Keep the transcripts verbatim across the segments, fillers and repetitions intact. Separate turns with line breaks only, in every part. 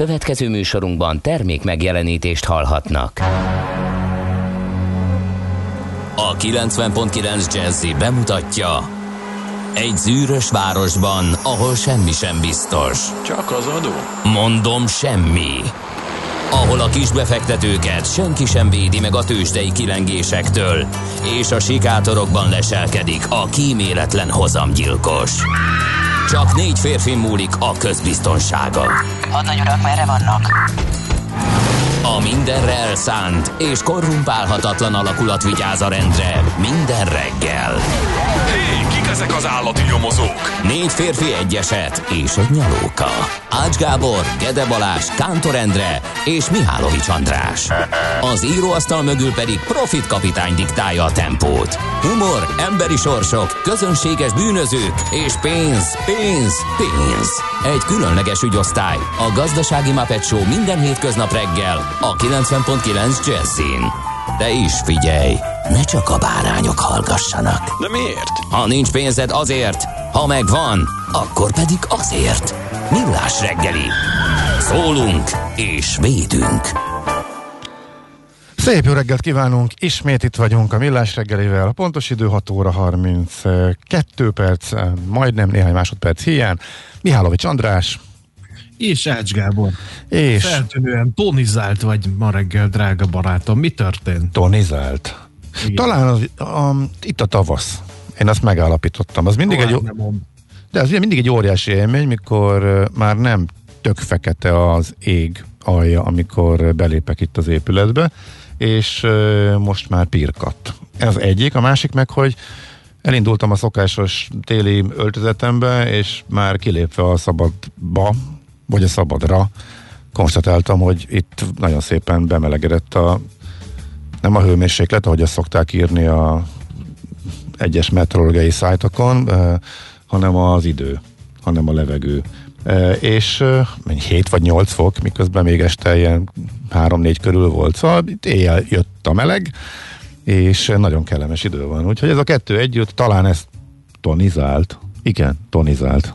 Következő műsorunkban termék megjelenítést hallhatnak. A kilencven pont kilenc Jazzy bemutatja: egy zűrös városban, ahol semmi sem biztos.
Csak az adó?
Mondom, semmi. Ahol a kisbefektetőket senki sem védi meg a tőzsdei kilengésektől, és a sikátorokban leselkedik a kíméletlen hozamgyilkos. Csak négy férfi múlik a közbiztonsága.
Hadnagy urak, merre vannak?
A mindenre elszánt és korrumpálhatatlan alakulat vigyáz a rendre minden reggel.
Hé, kik ezek az állati nyomozók?
Négy férfi, egy eset és egy nyalóka. Ács Gábor, Gede Balázs, Kántor Endre és Mihálovics András. Az íróasztal mögül pedig Profit kapitány diktálja a tempót. Humor, emberi sorsok, közönséges bűnözők és pénz, pénz, pénz. Egy különleges ügyosztály, a Gazdasági Muppet Show minden hétköznap reggel a kilencven pont kilenc Jazzyn. De is figyelj, ne csak a bárányok hallgassanak.
De miért?
Ha nincs pénzed, azért, ha megvan, akkor pedig azért. Millás reggeli. Szólunk és védünk.
Szép jó reggelt kívánunk, ismét itt vagyunk a Millás reggelivel. A pontos idő hat óra harminckettő perc, majdnem néhány másodperc hiány. Mihálovics András.
És Ács Gábor.
És
feltűnően tonizált vagy ma reggel, drága barátom. Mi történt?
Tonizált. Igen. Talán az, um, itt a tavasz. Én azt megállapítottam. Az mindig egy, de az mindig egy óriási élmény, mikor uh, már nem tök fekete az ég alja, amikor belépek itt az épületbe, és uh, most már pirkadt. Ez egyik. A másik meg, hogy elindultam a szokásos téli öltözetembe, és már kilépve a szabadba, vagy a szabadra konstatáltam, hogy itt nagyon szépen bemelegedett a, nem a hőmérséklet, ahogy azt szokták írni a egyes meteorológiai szájtokon, eh, hanem az idő, hanem a levegő. Eh, és eh, hét vagy nyolc fok, miközben még este ilyen három-négy körül volt. Szóval itt éjjel jött a meleg, és nagyon kellemes idő van. Úgyhogy ez a kettő együtt talán ez tonizált. Igen, tonizált.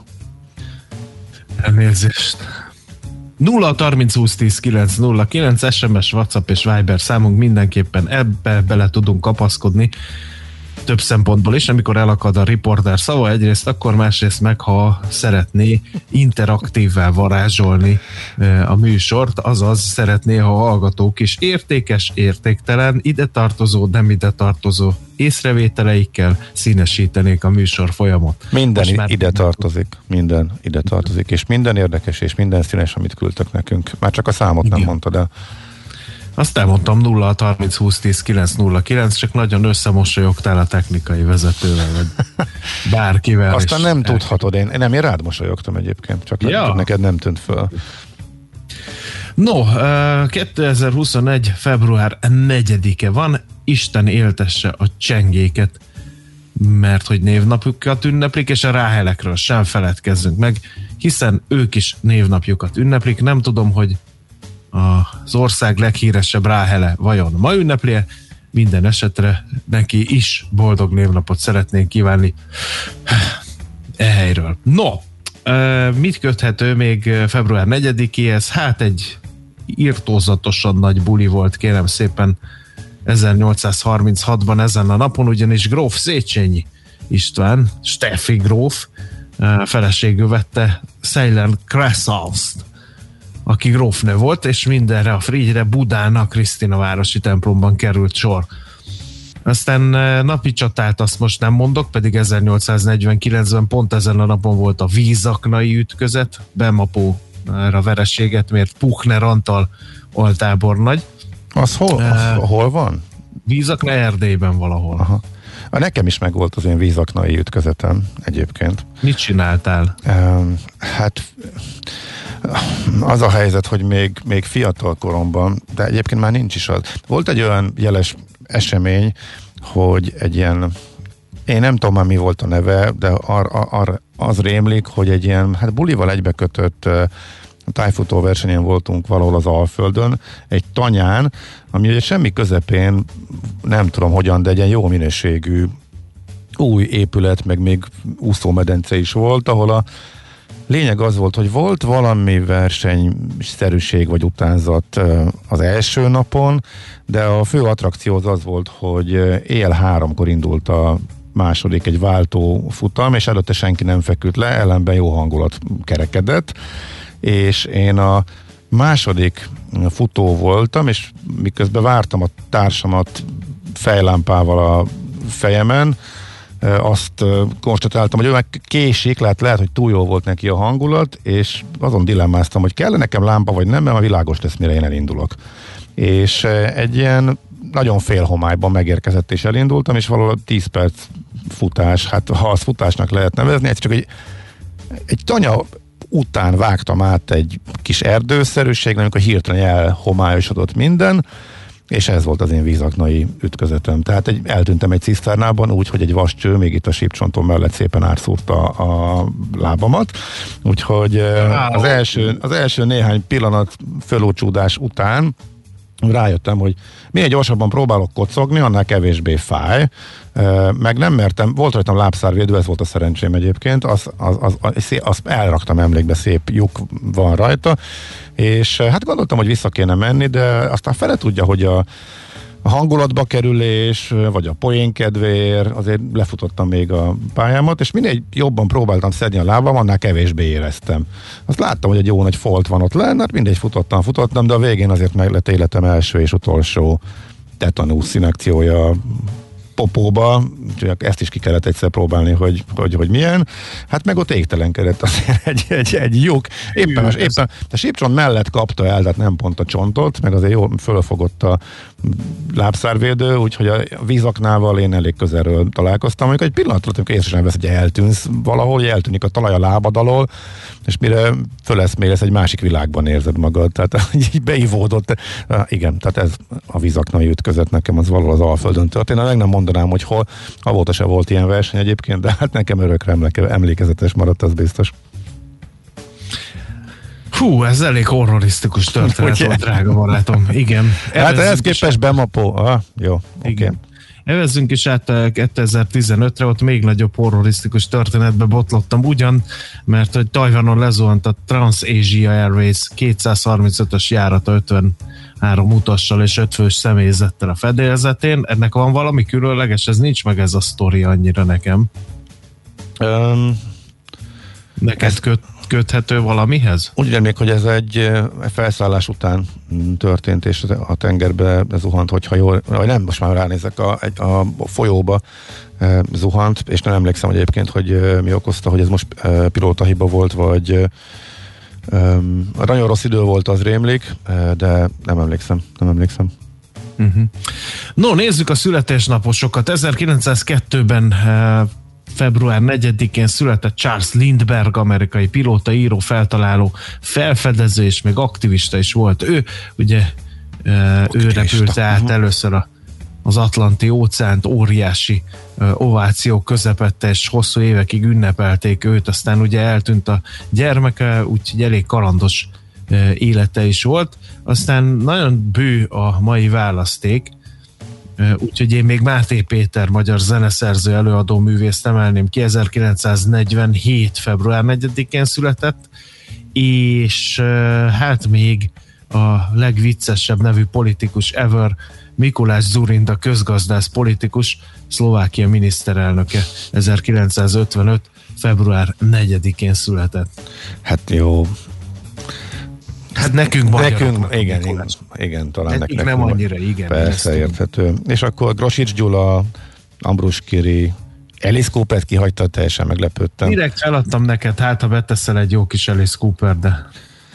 Elnézést. nulla harminc húsz tíz kilenc nulla kilenc es em es, WhatsApp és Viber számunk, mindenképpen ebbe bele tudunk kapaszkodni több szempontból is, amikor elakad a riporter szava egyrészt, akkor másrészt meg, ha szeretné interaktívvel varázsolni a műsort, azaz szeretné, ha a hallgatók is értékes, értéktelen, ide tartozó, nem ide tartozó észrevételeikkel színesítenék a műsor folyamot.
Minden ide tartozik, minden ide tartozik, és minden érdekes, és minden színes, amit küldtek nekünk. Már csak a számot igen. nem mondtad el.
Azt elmondtam, nulla harminc húsz tíz kilenc nulla kilenc, csak nagyon összemosolyogtál a technikai vezetővel, vagy bárkivel.
Aztán nem el... tudhatod, én, nem, én rád mosolyogtam egyébként, csak ja. neked nem tűnt föl.
No, kétezer-huszonegy február negyedike van, Isten éltesse a csengéket, mert hogy névnapjukat ünneplik, és a ráhelekről sem feledkezzünk meg, hiszen ők is névnapjukat ünneplik. Nem tudom, hogy az ország leghíresebb ráhele vajon ma ünnepli, minden esetre neki is boldog névnapot szeretnénk kívánni e helyről. No, mit köthető még február negyedikéhez? Hát egy irtózatosan nagy buli volt, kérem szépen, ezernyolcszázharminchatban ezen a napon, ugyanis gróf Széchenyi István, Steffi gróf feleségül vette Szejlen Kresszalszt, aki grófnő volt, és mindenre a frigyre Budán a Krisztinavárosi templomban került sor. Aztán napi csatát azt most nem mondok, pedig ezernyolcszáznegyvenkilencben pont ezen a napon volt a vízaknai ütközet, Bemapóra vereséget mért Puchner Antal altábornagy.
Az hol, az, hol van?
Vízakna Erdélyben valahol.
Aha. Nekem is megvolt az én vízaknai ütközetem egyébként.
Mit csináltál?
Um, hát az a helyzet, hogy még, még fiatal koromban, de egyébként már nincs is az. Volt egy olyan jeles esemény, hogy egy ilyen, én nem tudom már mi volt a neve, de ar, ar, az rémlik, hogy egy ilyen, hát bulival egybekötött uh, tájfutó versenyen voltunk valahol az Alföldön, egy tanyán, ami ugye semmi közepén, nem tudom hogyan, de egy ilyen jó minőségű új épület, meg még úszómedence is volt, ahol a lényeg az volt, hogy volt valami versenyszerűség vagy utánzat az első napon, de a fő attrakció az az volt, hogy éjjel háromkor indult a második egy váltó futam, és előtte senki nem feküdt le, ellenben jó hangulat kerekedett, és én a második futó voltam, és miközben vártam a társamat fejlámpával a fejemen, azt konstatáltam, hogy ő meg késik, lehet, lehet, hogy túl jó volt neki a hangulat, és azon dilemmáztam, hogy kell nekem lámpa, vagy nem, mert világos lesz, mire én elindulok. És egy ilyen nagyon félhomályban megérkezett, és elindultam, és valahol tíz perc futás, hát ha az futásnak lehet nevezni, ez csak egy, egy tanya után vágtam át egy kis erdőszerűség, amikor hirtelen elhomályosodott minden, és ez volt az én vízaknai ütközetem. Tehát egy, eltűntem egy ciszternában úgy, hogy egy vascső még itt a sípcsontom mellett szépen átszúrta a lábamat. Úgyhogy az első, az első néhány pillanat fölúcsúdás után rájöttem, hogy minél gyorsabban próbálok kocogni, annál kevésbé fáj. Meg nem mertem, volt rajtam lábszárvédő, ez volt a szerencsém egyébként, azt az, az, az, az elraktam emlékbe, szép lyuk van rajta, és hát gondoltam, hogy vissza kéne menni, de aztán fele tudja, hogy a, a hangulatba kerülés, vagy a poénkedvér, azért lefutottam még a pályámat, és minél jobban próbáltam szedni a lábam, annál kevésbé éreztem. Azt láttam, hogy egy jó nagy folt van ott lenne, hát mindegy, futottam, futottam, de a végén azért meg lett életem első és utolsó tetanusz injekciója popóba, úgyhogy ezt is ki kellett egyszer próbálni, hogy, hogy, hogy milyen. Hát meg ott égtelenkedett azért egy, egy, egy lyuk. Éppen, az, éppen a sípcsont mellett kapta el, tehát nem pont a csontot, meg azért jól fölfogott a lábszárvédő, úgyhogy a vízaknával én elég közelről találkoztam. Amikor egy pillanatra, amikor észre sem vesz, hogy eltűnsz valahol, hogy eltűnik a talaj a lábad alól, és mire föleszmélesz, egy másik világban érzed magad. Tehát így beivódott. Igen, tehát ez a vízaknai ütközet nekem, az valahol az Alföldön történt. Meg nem mondanám, hogy hol, avóta se volt ilyen verseny egyébként, de hát nekem örökre emlékezetes maradt, az biztos.
Hú, ez elég horrorisztikus történet volt, drága barátom. Igen.
Hát ehhez képest bemapó. Ah, jó, oké. Okay.
Evezzünk is át kétezer-tizenötre, ott még nagyobb horrorisztikus történetbe botlottam ugyan, mert hogy Tajvanon lezuhant a Trans-Asia Airways kétszázharmincötös járata ötvenhárom utassal és öt fős személyzettel a fedélzetén. Ennek van valami különleges, ez nincs meg ez a sztori annyira nekem. Um, Neked ez... köt köthető valamihez?
Úgy remlék, hogy ez egy felszállás után történt, és a tengerbe zuhant, hogyha jól, vagy nem, most már ránézek, a, a folyóba zuhant, és nem emlékszem hogy egyébként, hogy mi okozta, hogy ez most pilóta hiba volt, vagy um, nagyon rossz idő volt, az rémlik, de nem emlékszem, nem emlékszem.
Uh-huh. No, nézzük a születésnaposokat. ezerkilencszázkettőben február negyedikén született Charles Lindbergh, amerikai pilóta, író, feltaláló, felfedező és még aktivista is volt. Ő ugye aktivista. Ő repült át először a, az Atlanti óceánt, óriási ovációk közepette, és hosszú évekig ünnepelték őt, aztán ugye eltűnt a gyermeke, úgyhogy elég kalandos élete is volt. Aztán nagyon bő a mai választék, úgyhogy én még Máté Péter, magyar zeneszerző, előadó művészt emelném ki, ezerkilencszáznegyvenhét február negyedikén született, és hát még a legviccesebb nevű politikus ever, Mikulás Dzurinda, közgazdász politikus, Szlovákia miniszterelnöke, ezerkilencszázötvenöt február negyedikén született.
Hát jó.
Hát nekünk
nekünk, igen, igen, igen, talán
nekünk. Nem nekünk annyira, igen.
Persze, érthető. És akkor Grosics Gyula, Ambrus Kiri, Alice Coopert kihagyta, teljesen meglepődtem.
Direkt feladtam neked, hát ha beteszel egy jó kis Alice Cooper, de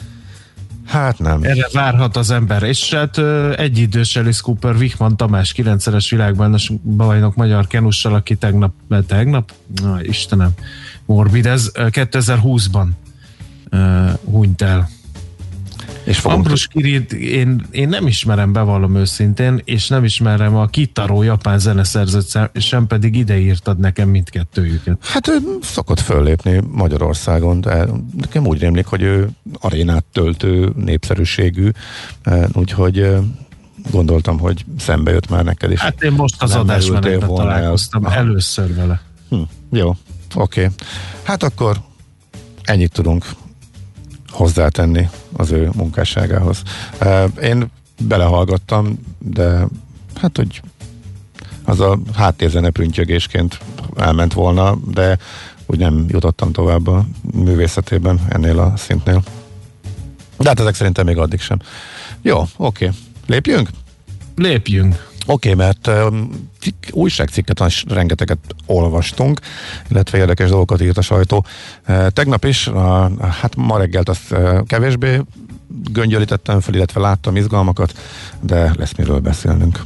hát nem.
Erre várhat az ember. És hát egyidős Alice Cooper, Wichmann Tamás, kilencszeres világbajnok magyar kenussal, aki tegnap, tegnap? Na, Istenem, morbid ez, kétezer-húszban uh, hunyt el. Ambrus Kirit én, én nem ismerem, bevallom őszintén, és nem ismerem a Kitaro japán zeneszerzőt, sem pedig ide írtad nekem mindkettőjüket.
Hát ő szokott föllépni Magyarországon, de nekem úgy rémlik, hogy ő arénát töltő népszerűségű, úgyhogy gondoltam, hogy szembe jött már neked is.
Hát én most az adásmenetben találkoztam el. először vele.
Hm, jó, oké. Okay. Hát akkor ennyit tudunk hozzátenni az ő munkásságához. Én belehallgattam, de hát, hogy az a háttérzene prüntjögésként elment volna, de úgy nem jutottam tovább a művészetében ennél a szintnél. De hát ezek szerintem még addig sem. Jó, oké. Okay. Lépjünk?
Lépjünk.
Oké, okay, mert um, cikk, újságcikket rengeteget olvastunk, illetve érdekes dolgokat írt a sajtó. Uh, tegnap is, uh, hát ma reggelt azt uh, kevésbé göngyölítettem fel, illetve láttam izgalmakat, de lesz miről beszélnünk.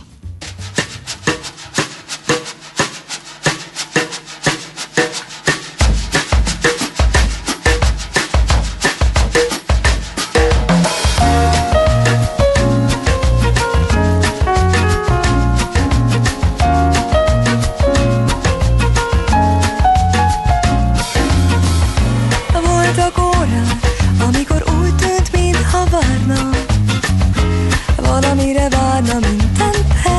Valamire várna minden perc.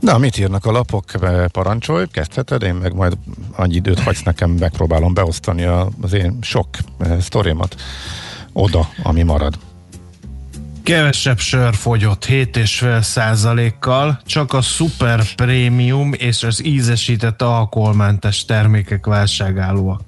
Na, mit írnak a lapok? Parancsolj, kezdheted, én meg majd annyi időt hagysz nekem, megpróbálom beosztani az én sok sztorimat oda, ami marad.
Kevesebb sör fogyott hét egész öt százalékkal, csak a Super Premium és az ízesített alkoholmentes termékek válságállóak.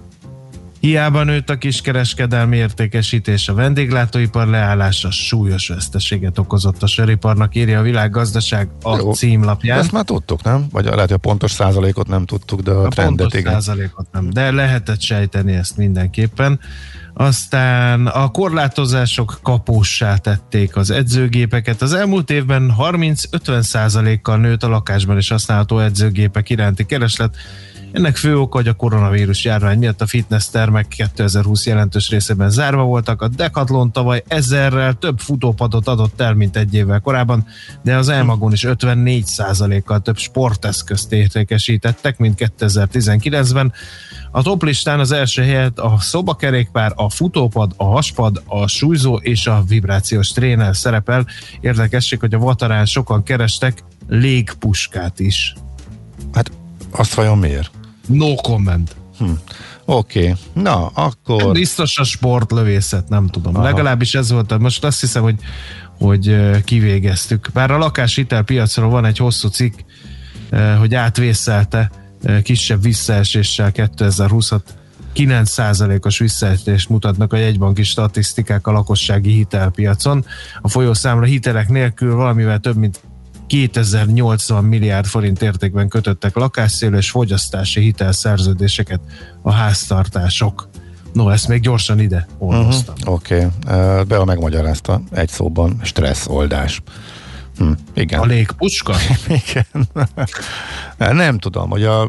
Hiába nőtt a kiskereskedelmi értékesítés, a vendéglátóipar leállása súlyos veszteséget okozott a söriparnak, írja a Világgazdaság a Jó, címlapján.
Ezt már tudtuk, nem? Vagy lehet, hogy a pontos százalékot nem tudtuk, de a, a trendet
pontos
igen.
százalékot nem, de lehetett sejteni ezt mindenképpen. Aztán a korlátozások kapóssá tették az edzőgépeket. Az elmúlt évben harminc-ötven százalékkal nőtt a lakásban is használható edzőgépek iránti kereslet. Ennek fő oka, hogy a koronavírus járvány miatt a fitness termek kétezer-húsz jelentős részében zárva voltak. A Decathlon tavaly ezerrel több futópadot adott el, mint egy évvel korábban, de az Elmagon is ötvennégy százalékkal több sporteszközt értékesítettek, mint kétezer-tizenkilencben. A toplistán az első helyet a szobakerékpár, a futópad, a haspad, a súlyzó és a vibrációs tréner szerepel. Érdekesség, hogy a Vatarán sokan kerestek légpuskát is.
Hát azt vajon miért?
No comment.
Hm. Oké, okay. Na, akkor...
Biztos a sportlövészet, nem tudom. Aha. Legalábbis ez volt, most azt hiszem, hogy, hogy kivégeztük. Bár a lakáshitelpiacról van egy hosszú cikk, hogy átvészelte kisebb visszaeséssel kétezer-húszat, kilenc százalékos visszaesést mutatnak a jegybanki statisztikák a lakossági hitelpiacon. A folyószámra hitelek nélkül valamivel több mint kétezer-nyolcvan milliárd forint értékben kötöttek lakásszélő és fogyasztási hitelszerződéseket a háztartások. No, ezt még gyorsan ide olvastam.
Uh-huh. Oké, okay. Bea megmagyarázta egy szóban, stresszoldás. Hm, igen.
A légpuska?
Igen. Nem tudom, hogy a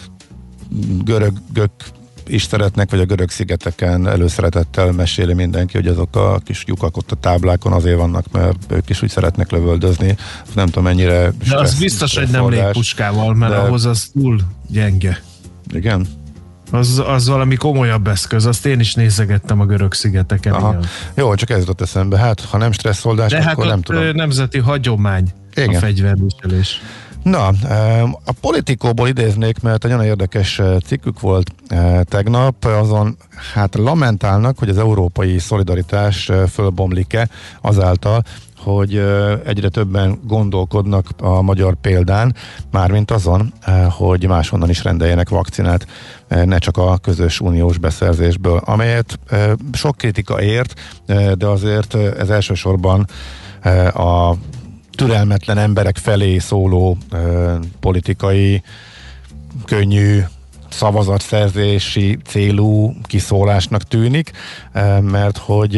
görögök is szeretnek, vagy a görög szigeteken előszeretettel meséli mindenki, hogy azok a kis lyukak ott a táblákon azért vannak, mert ők is úgy szeretnek lövöldözni. Nem tudom, mennyire...
De az biztos, hogy nem légpuskával, mert de... ahhoz az túl gyenge.
Igen?
Az, az valami komolyabb eszköz, azt én is nézegettem a görög szigeteken.
Jó, csak ez jutott eszembe. Hát, ha nem stresszoldás,
de
akkor
hát
nem tudom.
Nemzeti hagyomány. Igen. A fegyverviselés.
Na, a Politikóból idéznék, mert egy olyan érdekes cikkük volt tegnap, azon hát lamentálnak, hogy az európai szolidaritás fölbomlik-e azáltal, hogy egyre többen gondolkodnak a magyar példán, mármint azon, hogy máshonnan is rendeljenek vakcinát, ne csak a közös uniós beszerzésből, amelyet sok kritika ért, de azért ez elsősorban a türelmetlen emberek felé szóló ö, politikai, könnyű szavazatszerzési célú kiszólásnak tűnik, ö, mert hogy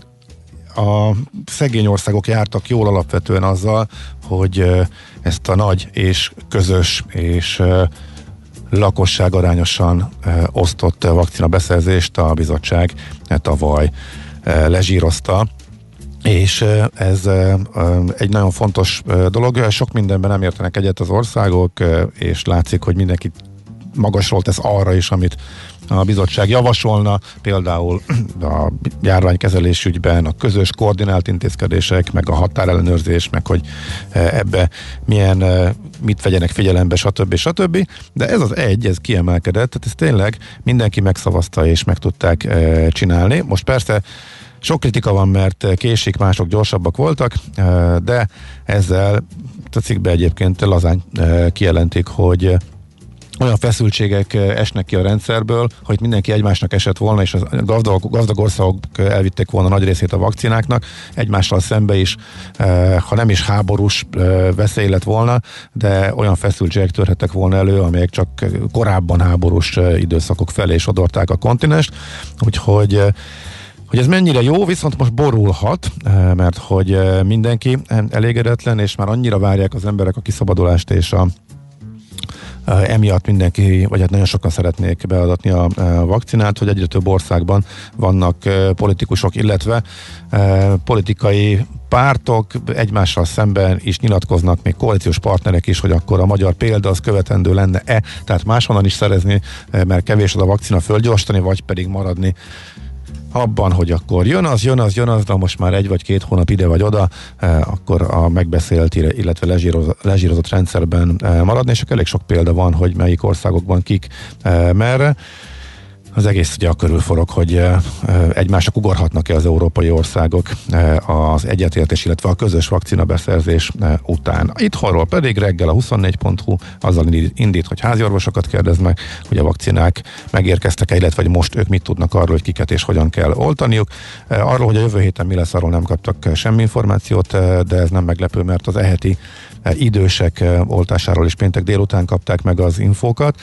a szegény országok jártak jól alapvetően azzal, hogy ö, ezt a nagy és közös és ö, lakosságarányosan ö, osztott vakcina beszerzést a bizottság tavaly ö, lezsírozta. És ez egy nagyon fontos dolog. Sok mindenben nem értenek egyet az országok, és látszik, hogy mindenki magasról tesz arra is, amit a bizottság javasolna, például a járványkezelés ügyben, a közös koordinált intézkedések, meg a határellenőrzés, meg hogy ebbe milyen, mit vegyenek figyelembe, stb. stb. De ez az egy, ez kiemelkedett, tehát ez tényleg mindenki megszavazta és meg tudták csinálni. Most persze sok kritika van, mert késik, mások gyorsabbak voltak, de ezzel a cikkben egyébként lazán kijelentik, hogy olyan feszültségek esnek ki a rendszerből, hogy mindenki egymásnak esett volna, és a gazdag, gazdag országok elvitték volna nagy részét a vakcináknak, egymással szembe is, ha nem is háborús veszély lett volna, de olyan feszültségek törhettek volna elő, amelyek csak korábban háborús időszakok felé sodorták a kontinenst, úgyhogy hogy ez mennyire jó, viszont most borulhat, mert hogy mindenki elégedetlen, és már annyira várják az emberek a kiszabadulást, és a, emiatt mindenki, vagy hát nagyon sokan szeretnék beadatni a vakcinát, hogy egyre több országban vannak politikusok, illetve politikai pártok egymással szemben is nyilatkoznak, még koalíciós partnerek is, hogy akkor a magyar példa az követendő lenne-e, tehát máshonnan is szerezni, mert kevés az a vakcina, fölgyorsítani, vagy pedig maradni abban, hogy akkor jön az, jön az, jön az, de most már egy vagy két hónap ide vagy oda, akkor a megbeszélt, illetve lezsírozott, lezsírozott rendszerben maradni, és elég sok példa van, hogy melyik országokban kik merre. Az egész ugye a körül forog, hogy egymásra ugorhatnak-e az európai országok az egyetértés, illetve a közös vakcina beszerzés után. Itthonról pedig reggel a huszonnégy pont hu azzal indít, hogy háziorvosokat kérdez meg, hogy a vakcinák megérkeztek-e, illetve hogy most ők mit tudnak arról, hogy kiket és hogyan kell oltaniuk. Arról, hogy a jövő héten mi lesz, arról nem kaptak semmi információt, de ez nem meglepő, mert az eheti idősek oltásáról is péntek délután kapták meg az infókat.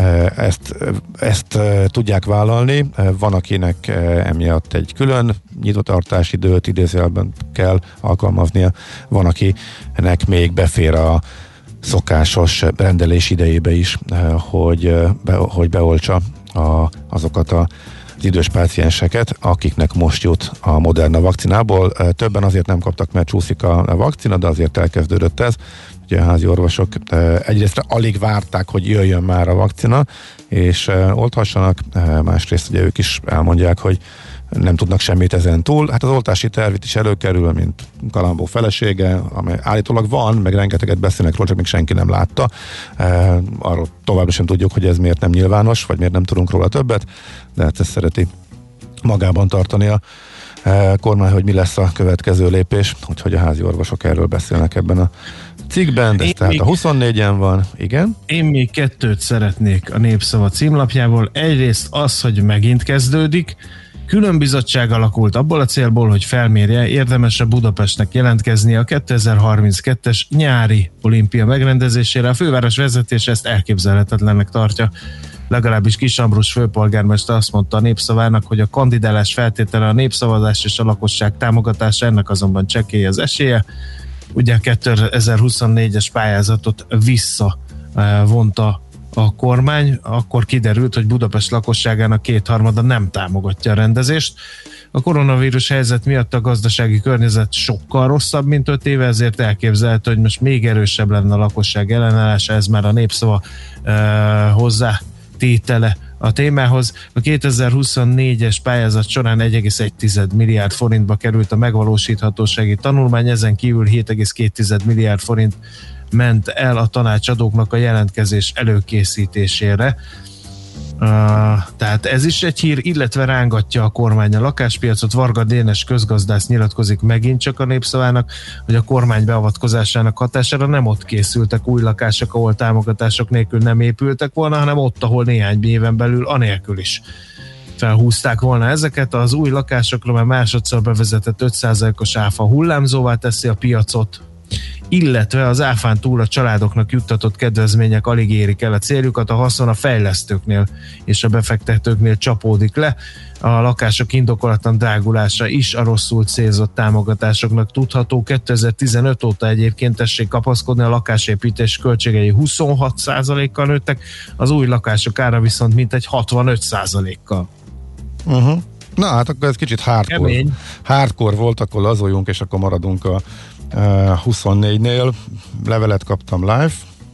Ezt, ezt tudják vállalni. Van, akinek emiatt egy külön nyitvatartási időt idézőjelben kell alkalmaznia. Van, akinek még befér a szokásos rendelés idejébe is, hogy, be, hogy beoltsa a, azokat a az idős pácienseket, akiknek most jut a Moderna vakcinából. Többen azért nem kaptak, mert csúszik a vakcina, de azért elkezdődött ez. Ugye a házi orvosok egyrészt alig várták, hogy jöjjön már a vakcina, és olthassanak, másrészt ugye ők is elmondják, hogy nem tudnak semmit ezen túl. Hát az oltási terv itt is előkerül, mint Galambó felesége, amely állítólag van, meg rengeteget beszélnek róla, csak még senki nem látta. E, arról továbbra sem tudjuk, hogy ez miért nem nyilvános, vagy miért nem tudunk róla többet, de hát ezt szereti magában tartani a e, kormány, hogy mi lesz a következő lépés, úgyhogy a házi orvosok erről beszélnek ebben a cikkben, de ez tehát még, a huszonnégyen van, igen.
Én még kettőt szeretnék a Népszava címlapjából. Egyrészt az, hogy megint kezdődik, különbizottság alakult abból a célból, hogy felmérje, érdemes-e Budapestnek jelentkezni a kétezer-harminckettes nyári olimpia megrendezésére. A főváros vezetése ezt elképzelhetetlennek tartja. Legalábbis Kis Ambrus főpolgármester azt mondta a Népszavának, hogy a kandidálás feltétele a népszavazás és a lakosság támogatása, ennek azonban csekély az esélye. Ugye a kétezer-huszonnégyes pályázatot visszavonta a kormány, akkor kiderült, hogy Budapest lakosságának kétharmada nem támogatja a rendezést. A koronavírus helyzet miatt a gazdasági környezet sokkal rosszabb, mint öt éve, ezért elképzelhető, hogy most még erősebb lenne a lakosság ellenállása, ez már a Népszava uh, hozzátétele a témához. A kétezer-huszonnégyes pályázat során egy egész egy milliárd forintba került a megvalósíthatósági tanulmány, ezen kívül hét egész két milliárd forint ment el a tanácsadóknak a jelentkezés előkészítésére. Uh, tehát ez is egy hír, illetve rángatja a kormány a lakáspiacot. Varga Dénes közgazdász nyilatkozik megint csak a Népszavának, hogy a kormány beavatkozásának hatására nem ott készültek új lakások, ahol támogatások nélkül nem épültek volna, hanem ott, ahol néhány éven belül anélkül is felhúzták volna ezeket. Az új lakásokra már másodszor bevezetett öt százalékos áfa hullámzóvá teszi a piacot, illetve az áfán túl a családoknak juttatott kedvezmények alig érik el a céljukat, a haszon a fejlesztőknél és a befektetőknél csapódik le. A lakások indokolatlan drágulása is a rosszul célzott támogatásoknak tudható. kétezer-tizenöt óta egyébként tessék kapaszkodni, a lakásépítés költségei huszonhat százalékkal nőttek, az új lakások ára viszont mintegy hatvanöt százalékkal.
Uh-huh. Na hát akkor ez kicsit hardcore. Hardcore volt, akkor lazoljunk, és akkor maradunk a Uh, huszonnégynél. Levelet kaptam live,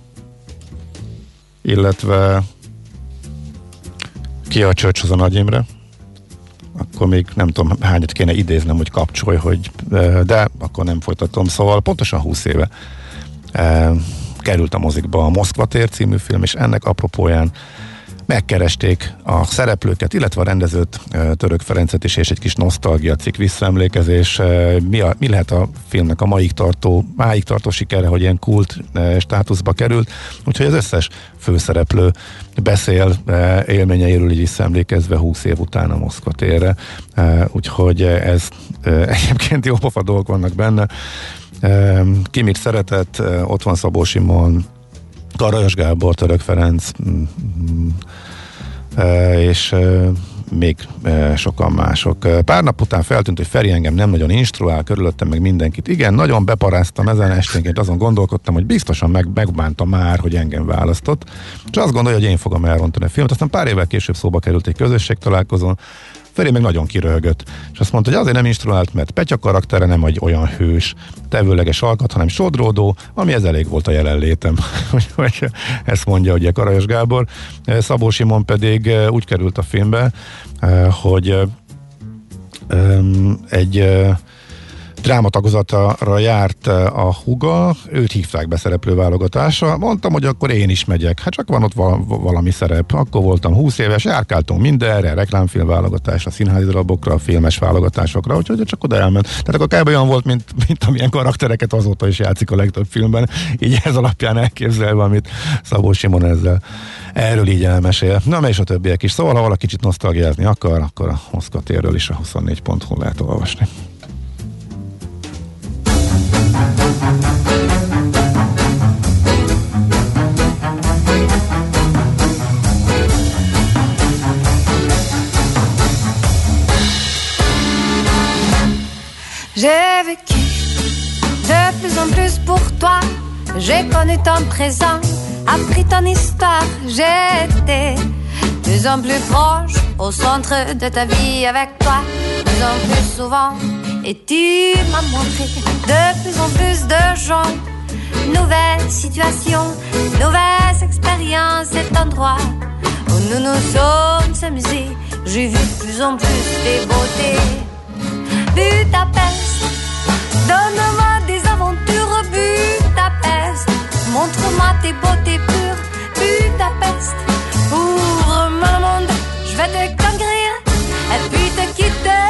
illetve ki a csöcs az a Nagy Imre. Akkor még nem tudom hányat kéne idéznem, hogy kapcsolj, hogy, uh, de akkor nem folytatom. Szóval pontosan húsz éve uh, került a mozikba a Moszkva tér című film, és ennek apropóján megkeresték a szereplőket, illetve a rendezőt, Török Ferencet is, és egy kis nosztalgia cikk, visszaemlékezés. Mi, a, mi lehet a filmnek a máig tartó, máig tartó sikere, hogy ilyen kult státuszba került. Úgyhogy az összes főszereplő beszél élményeiről így visszaemlékezve húsz év után a Moszkva térre. Úgyhogy ez egyébként jó pofa dolgok vannak benne. Ki mit szeretett, ott van Szabó Simon, Karajos Gábor, Török Ferenc, és még sokan mások. Pár nap után feltűnt, hogy Feri engem nem nagyon instruál, körülöttem meg mindenkit. Igen, nagyon beparáztam ezen esténként, azon gondolkodtam, hogy biztosan meg, megbánta már, hogy engem választott, és azt gondolja, hogy én fogom elrontani a filmet. Aztán pár évvel később szóba került egy közösségtalálkozón, Feri meg nagyon kiröhögött, és azt mondta, hogy azért nem instruált, mert Petya karaktere nem egy olyan hős, tevőleges alkat, hanem sodródó, ami ez elég volt a jelenlétem. Ezt mondja ugye Karajos Gábor. Szabó Simon pedig úgy került a filmbe, hogy egy drámatagozatra járt a húga, őt hívták be szereplőválogatásra, mondtam, hogy akkor én is megyek, hát csak van ott val- valami szerep, akkor voltam húsz éves, járkáltunk mindenre, reklámfilmválogatásra, színházi darabokra, filmes válogatásokra, úgyhogy csak oda elment. Tehát akkor kb. Olyan volt, mint, mint amilyen karaktereket azóta is játszik a legtöbb filmben, így ez alapján elképzelve, amit Szabó Simon ezzel erről így elmesél. Na, és a többiek is. Szóval, ha valaki kicsit nosztalgiázni akar, akkor a Moszkvatérről is a huszonnégy pont hu lehet olvasni.
J'ai vécu de plus en plus pour toi. J'ai connu ton présent, appris ton histoire. J'ai été de plus en plus proche au centre de ta vie avec toi. De plus en plus souvent. Et tu m'as montré de plus en plus de gens. Nouvelles situations, nouvelles expériences. Cet endroit où nous nous sommes amusés. J'ai vu de plus en plus tes beautés. Budapest, donne-moi des aventures. Budapest, montre-moi tes beautés pures. Budapest, ouvre-moi le monde. Je vais te conquérir et puis te quitter.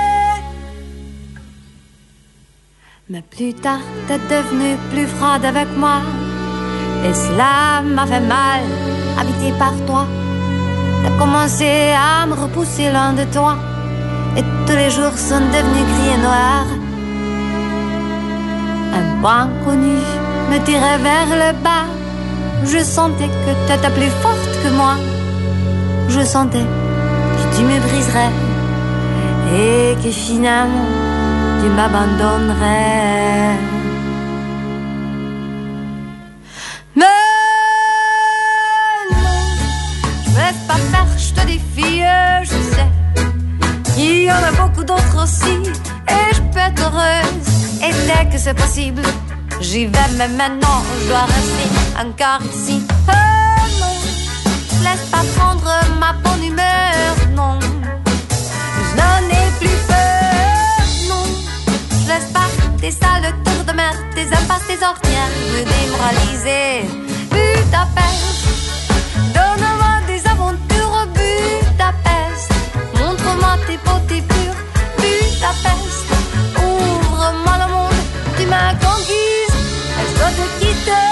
Mais plus tard, t'es devenue plus froide avec moi. Et cela m'a fait mal, habité par toi. T'as commencé à me repousser loin de toi. Et tous les jours sont devenus gris et noirs. Un point connu me tirait vers le bas. Je sentais que t'étais plus forte que moi. Je sentais que tu me briserais et que finalement tu m'abandonnerais. Mais non, je me laisse pas faire, je te défie, je sais. Il y en a beaucoup d'autres aussi. Et je peux être heureuse. Et dès que c'est possible, j'y vais. Mais maintenant, je dois rester encore ici. Oh non, je laisse pas prendre ma bonne humeur. Non, je n'en ai plus peur. Non, je laisse pas tes sales tours de mer, tes impasses, tes ornières me démoraliser. Budapest, donne-moi des aventures. Budapest, montre-moi tes beautés pures. Budapest, ouvre-moi le monde. Tu m'as conquise et je dois te quitter.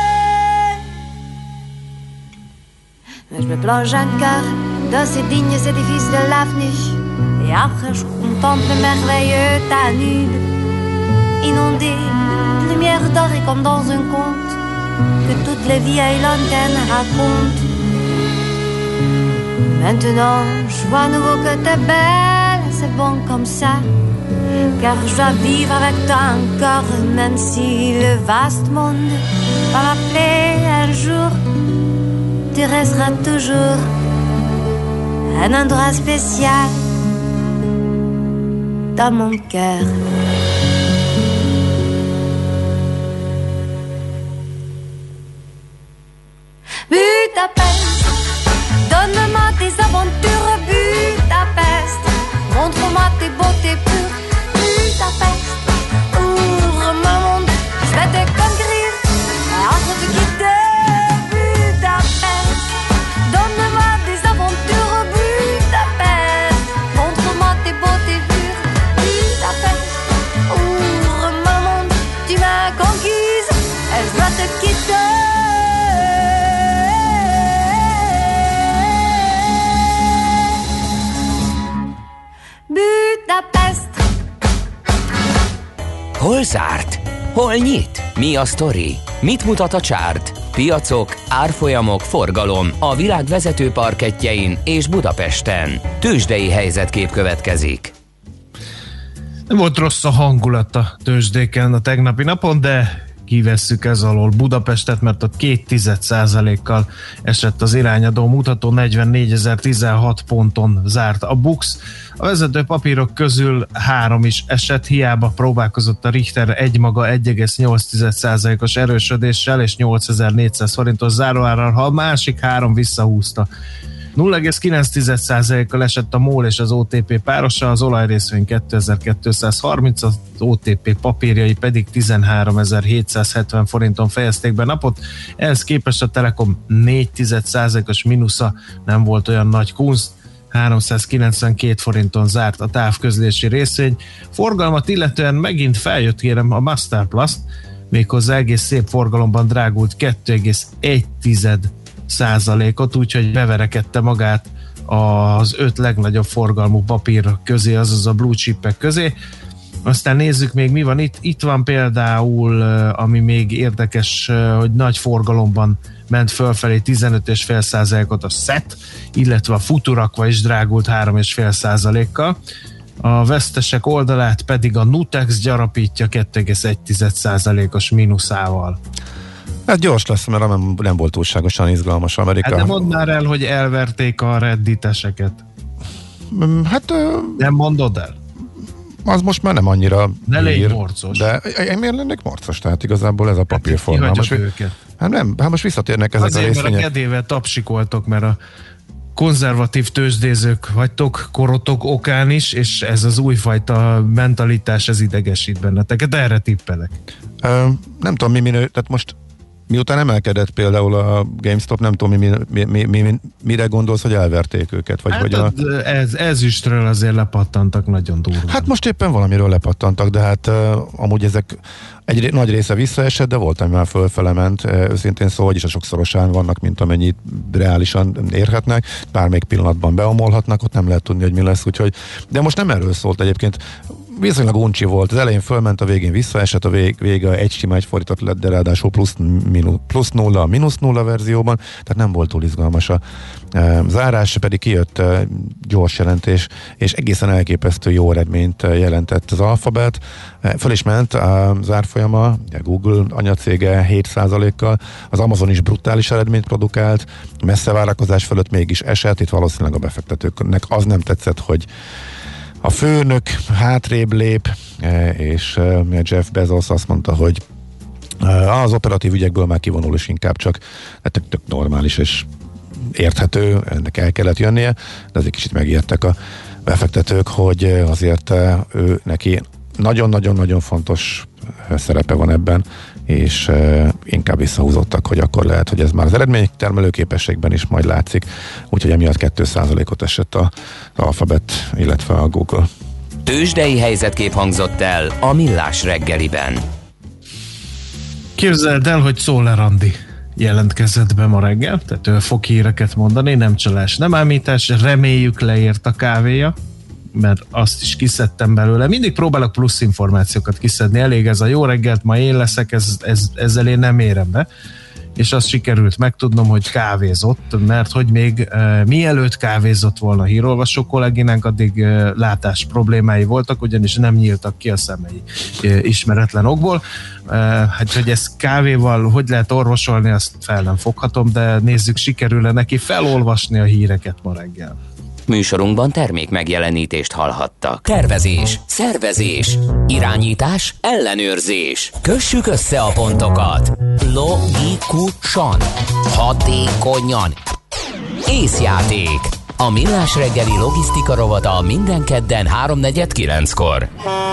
Mais je me plonge encore dans ces dignes édifices de l'avenue. Et après je contemple le merveilleux Danube, inondé de lumière dorée comme dans un conte que toutes les vieilles lanternes racontent. Maintenant, je vois à nouveau que t'es belle, c'est bon comme ça. Car je dois vivre avec toi encore, même si le vaste monde va m'appeler un jour. Tu resteras toujours un endroit spécial dans mon cœur. Budapest, donne-moi tes aventures. Budapest, montre-moi tes beautés pures. Budapest, ouvre-moi le monde. Je vais te conquérir entre te quitter. Budapest, donne-moi des aventures. Budapest, montre-moi tes beautés pures. Budapest, ouvre-moi le monde. Tu m'as conquise et je dois te quitter. Budapest.
Hol zárt? Hol nyit? Mi a sztori? Mit mutat a csárt? Piacok, árfolyamok, forgalom a világ vezető parkettjein és Budapesten. Tőzsdei helyzetkép következik.
Nem volt rossz a hangulat a tőzsdéken a tegnapi napon, de kivesszük ez alól Budapestet, mert ott két tized százalékkal esett az irányadó mutató, negyvennégyezer-tizenhat ponton zárt a BUX. A vezető papírok közül három is esett, hiába próbálkozott a Richter egymaga egy egész nyolc százalékos erősödéssel és nyolcezer-négyszáz forintos záróárral, ha a másik három visszahúzta nulla egész kilenc százalékkal esett a MOL és az o té pé párosa, az olajrészvény kétezer-kétszázharminc, az o té pé papírjai pedig tizenháromezer-hétszázhetven forinton fejezték be napot. Ehhez képest a Telekom négy százalékos mínusza, nem volt olyan nagy kunst, háromszázkilencvenkét forinton zárt a távközlési részvény. Forgalmat illetően megint feljött, kérem, a Masterplast, méghozzá egész szép forgalomban drágult kettő egész egy százalékot, úgyhogy beverekedte magát az öt legnagyobb forgalmú papír közé, azaz a blue chipek közé. Aztán nézzük még, mi van itt. Itt van például, ami még érdekes, hogy nagy forgalomban ment fölfelé tizenöt egész öt százalékot a szet, illetve a Futurakva is drágult három egész öt százalékkal. A vesztesek oldalát pedig a Nutex gyarapítja kettő egész egy százalékos mínuszával.
Ez gyors lesz, mert nem, nem volt túlságosan izgalmas Amerika.
Hát de mondd már el, hogy elverték a redditeseket.
Hát...
Nem mondod el?
Az most már nem annyira
ne légy morcos.
De én miért lennék morcos? Tehát igazából ez a papírforma.
Hát
most, hát nem, hát most visszatérnek ezek
azért,
a részvények.
Azért, mert a kedével tapsikoltok, mert a konzervatív tőzsdézők vagytok, korotok okán is, és ez az újfajta mentalitás, ez idegesít benneteket. Erre tippelek.
Ö, nem tudom, mi minő, tehát most miután emelkedett például a GameStop, nem tudom, mi, mi, mi, mi, mi, mire gondolsz, hogy elverték őket? Vagy
hát
hogy a...
ez, ezüstről azért lepattantak nagyon durván.
Hát most éppen valamiről lepattantak, de hát uh, amúgy ezek egy nagy része visszaesett, de volt, ami már fölfele ment, őszintén szó, hogy is a sokszorosán vannak, mint amennyit reálisan érhetnek, bármelyik pillanatban beomolhatnak, ott nem lehet tudni, hogy mi lesz, úgyhogy, de most nem erről szólt egyébként. Viszonylag uncsi volt, az elején fölment, a végén visszaesett, a vég, vége egy sima egy forintot lett, de ráadásul plusz, minu, plusz nulla, mínusz nulla verzióban, tehát nem volt túl izgalmas a e, zárás, pedig kijött e, gyors jelentés, és egészen elképesztő jó eredményt jelentett az Alphabet. E, föl is ment a zárfolyama, a Google anyacége hét százalékkal, az Amazon is brutális eredményt produkált, messze várakozás fölött mégis esett, itt valószínűleg a befektetőknek az nem tetszett, hogy a főnök hátrébb lép, és Jeff Bezos azt mondta, hogy az operatív ügyekből már kivonul, és inkább csak tök, tök normális és érthető, ennek el kellett jönnie, de azért kicsit megijedtek a befektetők, hogy azért ő neki nagyon-nagyon-nagyon fontos szerepe van ebben, és uh, inkább visszahúzottak, hogy akkor lehet, hogy ez már az eredmény termelőképességben is majd látszik, úgyhogy emiatt két százalékot esett az Alphabet, illetve a Google.
Tőzsdei helyzetkép hangzott el a Millás reggeliben.
Képzeld el, hogy Szoller Andi jelentkezett be ma reggel, tehát ő fog híreket mondani, nem csalás, nem ámítás, reméljük leért a kávéja, mert azt is kiszedtem belőle. Mindig próbálok plusz információkat kiszedni, elég ez a jó reggelt, ma én leszek, ez, ez, ezzel én nem érem be. És azt sikerült megtudnom, hogy kávézott, mert hogy még e, mielőtt kávézott volna a hírolvasó kolléginánk, addig e, látás problémái voltak, ugyanis nem nyíltak ki a szemei e, ismeretlen okból. E, hát, hogy ezt kávéval hogy lehet orvosolni, azt fel nem foghatom, de nézzük, sikerül-e neki felolvasni a híreket ma reggel.
Műsorunkban termék megjelenítést hallhattak. Tervezés, szervezés, irányítás, ellenőrzés. Kössük össze a pontokat. Logikusan, hatékonyan. Észjáték. A Millás reggeli logisztika rovata minden kedden háromnegyed kilenckor.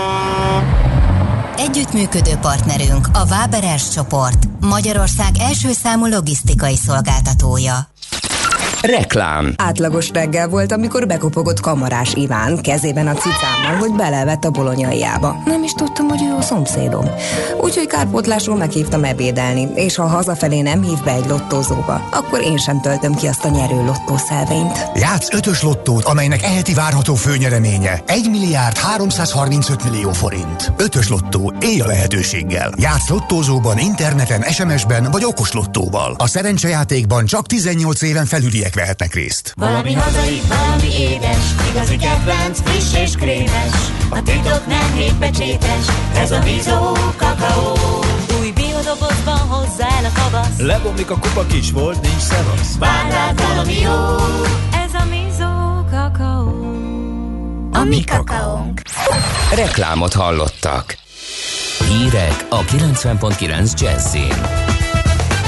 Együttműködő partnerünk a Waberers csoport, Magyarország első számú logisztikai szolgáltatója.
Reklám.
Átlagos reggel volt, amikor bekopogott Kamarás Iván kezében a cicámmal, hogy belevett a bolonyaiába. Nem is tudtam, hogy ő a szomszédom. Úgyhogy kárpótlásról meghívtam ebédelni, és ha hazafelé nem hív be egy lottózóba, akkor én sem töltöm ki azt a nyerő lottószelvényt.
Játsz ötös lottót, amelynek eheti várható főnyereménye egy milliárd háromszázharmincöt millió forint. Ötös lottó, élj a lehetőséggel. Játsz lottózóban, interneten, es em es-ben vagy okos lottóval. A szerencsejátékban csak tizennyolc éven felüliek vehetnek részt.
Valami hazai, valami édes, igazi kedvenc, friss és krémes. A titok nem hétpecsétes, ez a Mizó kakaó. Új biodobozban hozzá el a kavasz.
Lebomlik a kupa, kis volt, nincs szevasz.
Vár rád valami jó, ez a Mizó kakaó.
A mi kakaónk.
Reklámot hallottak. Hírek a kilencven pont kilenc Jazzin.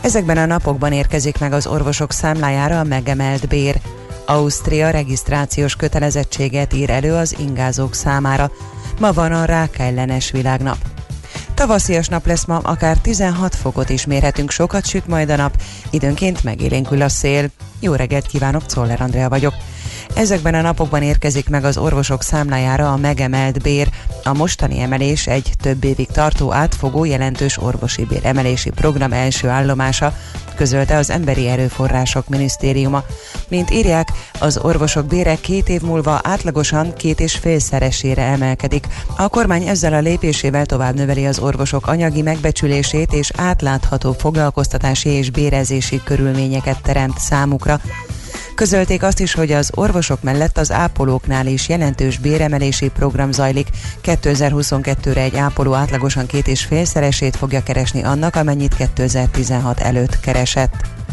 Ezekben a napokban érkezik meg az orvosok számlájára a megemelt bér. Ausztria regisztrációs kötelezettséget ír elő az ingázók számára. Ma van a rákellenes világnap. Tavaszias nap lesz ma, akár tizenhat fokot is mérhetünk, sokat süt majd a nap, időnként megélénkül a szél. Jó reggelt kívánok, Czoller Andrea vagyok. Ezekben a napokban érkezik meg az orvosok számlájára a megemelt bér. A mostani emelés egy több évig tartó átfogó jelentős orvosi bér emelési program első állomása, közölte az Emberi Erőforrások Minisztériuma. Mint írják, az orvosok bére két év múlva átlagosan két és félszeresére emelkedik. A kormány ezzel a lépésével tovább növeli az orvosok anyagi megbecsülését és átlátható foglalkoztatási és bérezési körülményeket teremt számukra. Közölték azt is, hogy az orvosok mellett az ápolóknál is jelentős béremelési program zajlik. kétezer-huszonkettőre egy ápoló átlagosan két és félszeresét fogja keresni annak, amennyit kétezer-tizenhat előtt keresett.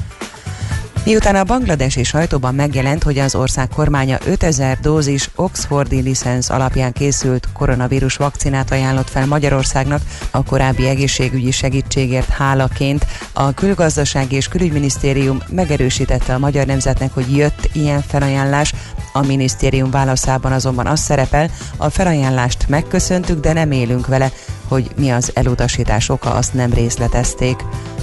Miután a bangladesi sajtóban megjelent, hogy az ország kormánya ötezer dózis oxfordi licensz alapján készült koronavírus vakcinát ajánlott fel Magyarországnak, a korábbi egészségügyi segítségért hálaként, a Külgazdasági és Külügyminisztérium megerősítette a magyar nemzetnek, hogy jött ilyen felajánlás. A minisztérium válaszában azonban az szerepel, a felajánlást megköszöntük, de nem élünk vele, hogy mi az elutasítás oka, azt nem részletezték.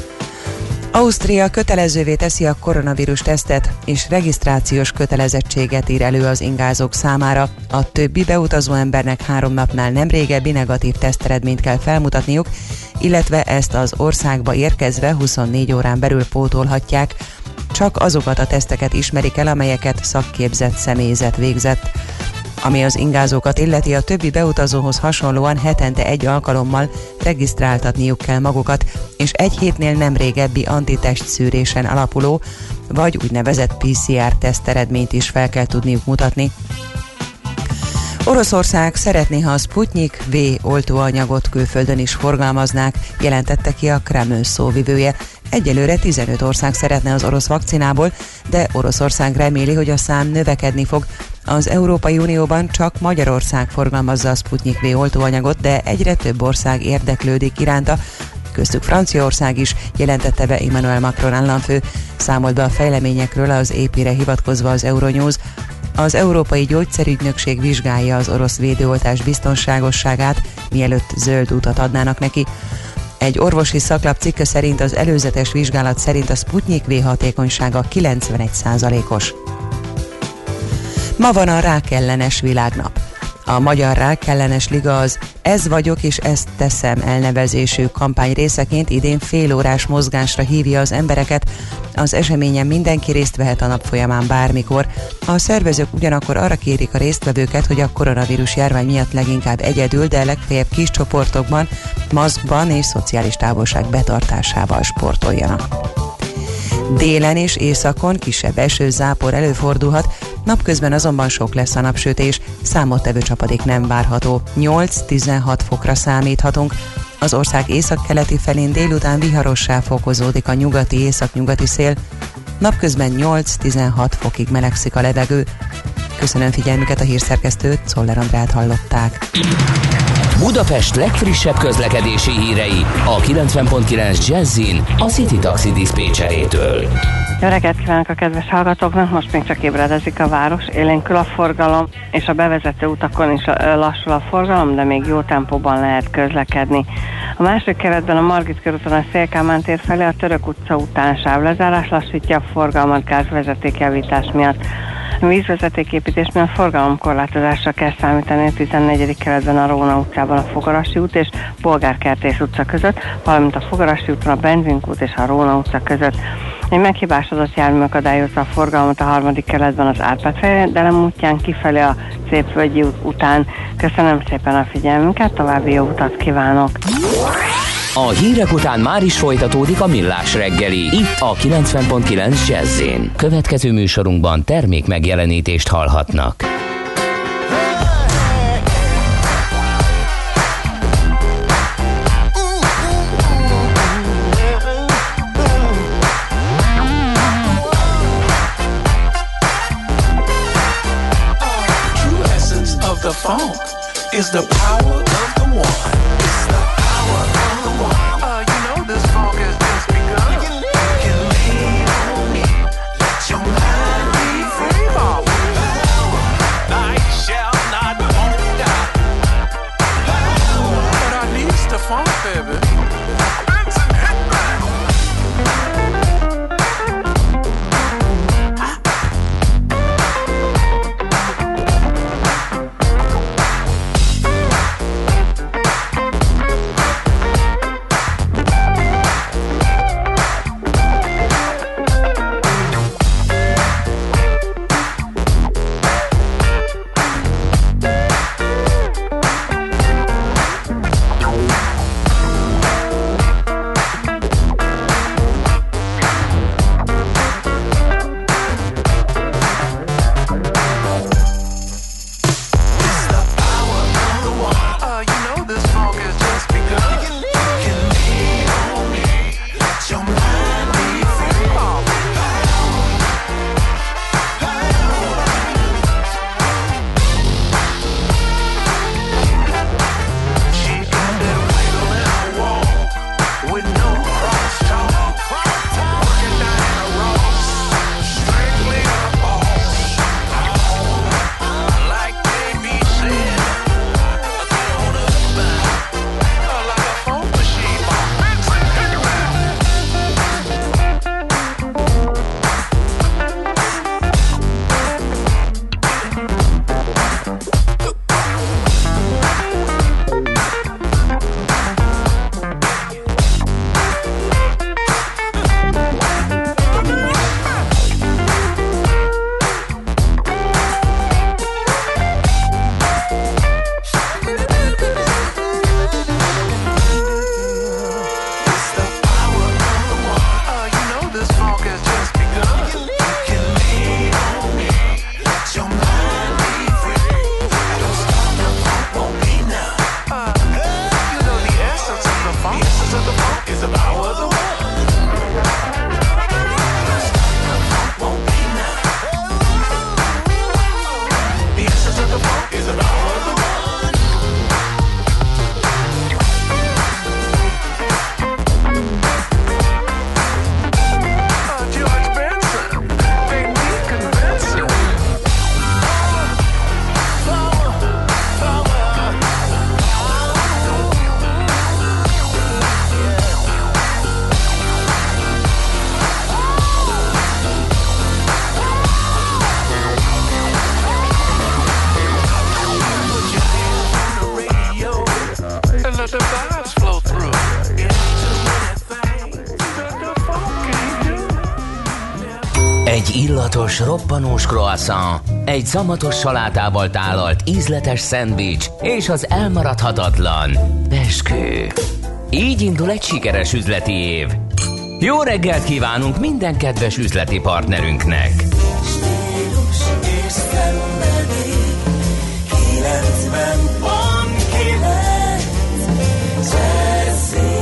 Ausztria kötelezővé teszi a koronavírus tesztet, és regisztrációs kötelezettséget ír elő az ingázók számára. A többi beutazó embernek három napnál nem régebbi negatív teszteredményt kell felmutatniuk, illetve ezt az országba érkezve huszonnégy órán belül pótolhatják. Csak azokat a teszteket ismerik el, amelyeket szakképzett személyzet végzett. Ami az ingázókat illeti, a többi beutazóhoz hasonlóan hetente egy alkalommal regisztráltatniuk kell magukat, és egy hétnél nem régebbi antitest szűrésen alapuló, vagy úgynevezett pé cé er teszt eredményt is fel kell tudniuk mutatni. Oroszország szeretné, ha a Sputnik V oltóanyagot külföldön is forgalmaznák, jelentette ki a Kreml szóvivője. Egyelőre tizenöt ország szeretne az orosz vakcinából, de Oroszország reméli, hogy a szám növekedni fog. Az Európai Unióban csak Magyarország forgalmazza a Sputnik V oltóanyagot, de egyre több ország érdeklődik iránta, köztük Franciaország is, jelentette be Emmanuel Macron államfő, számolt be a fejleményekről az é pére hivatkozva az Euronews. Az Európai Gyógyszerügynökség vizsgálja az orosz védőoltás biztonságosságát, mielőtt zöld utat adnának neki. Egy orvosi szaklap cikke szerint az előzetes vizsgálat szerint a Sputnik V hatékonysága kilencvenegy százalékos. Ma van a rákellenes világnap. A Magyar Rákellenes Liga az Ez vagyok és ezt teszem elnevezésű kampány részeként idén félórás mozgásra hívja az embereket. Az eseményen mindenki részt vehet a nap folyamán bármikor. A szervezők ugyanakkor arra kérik a résztvevőket, hogy a koronavírus járvány miatt leginkább egyedül, de legfeljebb kis csoportokban, maszkban és szociális távolság betartásával sportoljanak. Délen és északon kisebb eső-zápor előfordulhat, napközben azonban sok lesz a napsütés, számottevő csapadék nem várható, nyolc-tizenhat fokra számíthatunk. Az ország északkeleti felén délután viharossá fokozódik a nyugati-északnyugati szél, napközben nyolc-tizenhat fokig melegszik a levegő. Köszönöm figyelmüket, a hírszerkesztőt, Czoller Andrát hallották.
Budapest legfrissebb közlekedési hírei a kilencven pont kilenc Jazzin a City Taxi diszpécserétől.
Jó reggelt kívánok a kedves hallgatóknak! Most még csak ébredezik a város, élénkül a forgalom, és a bevezető utakon is lassul a forgalom, de még jó tempóban lehet közlekedni. A második keretben a Margit körúton a Szél-Kálmán tér felé a Török utca után sávlezárás lassítja a forgalmat gázvezetékjavítás miatt. A vízvezetéképítés miatt forgalomkorlátozásra kell számítani a tizennegyedik keretben a Róna utcában a Fogarasi út és Polgárkertész utca között, valamint a Fogarasi úton a Benzinkút és a Róna utca között. Egy meghibásodott jármű akadályozza a forgalmat a harmadik keretben az Árpád-fejedelem útján kifelé a Szépvölgyi út után. Köszönöm szépen a figyelmünket, további jó utat kívánok!
A hírek után már is folytatódik a Millás reggeli, itt a kilencven pont kilenc Jazz-én. Következő műsorunkban termék megjelenítést hallhatnak.
The funk is the power of the one. It's the power of the one. Uh, you know this funk has just begun.
illatos, roppanós croissant, egy szamatos salátával tálalt ízletes szendvics és az elmaradhatatlan beskő. Így indul egy sikeres üzleti év. Jó reggelt kívánunk minden kedves üzleti partnerünknek!
Stílus és szenvedély, kilencven pont kilenc Jazzy.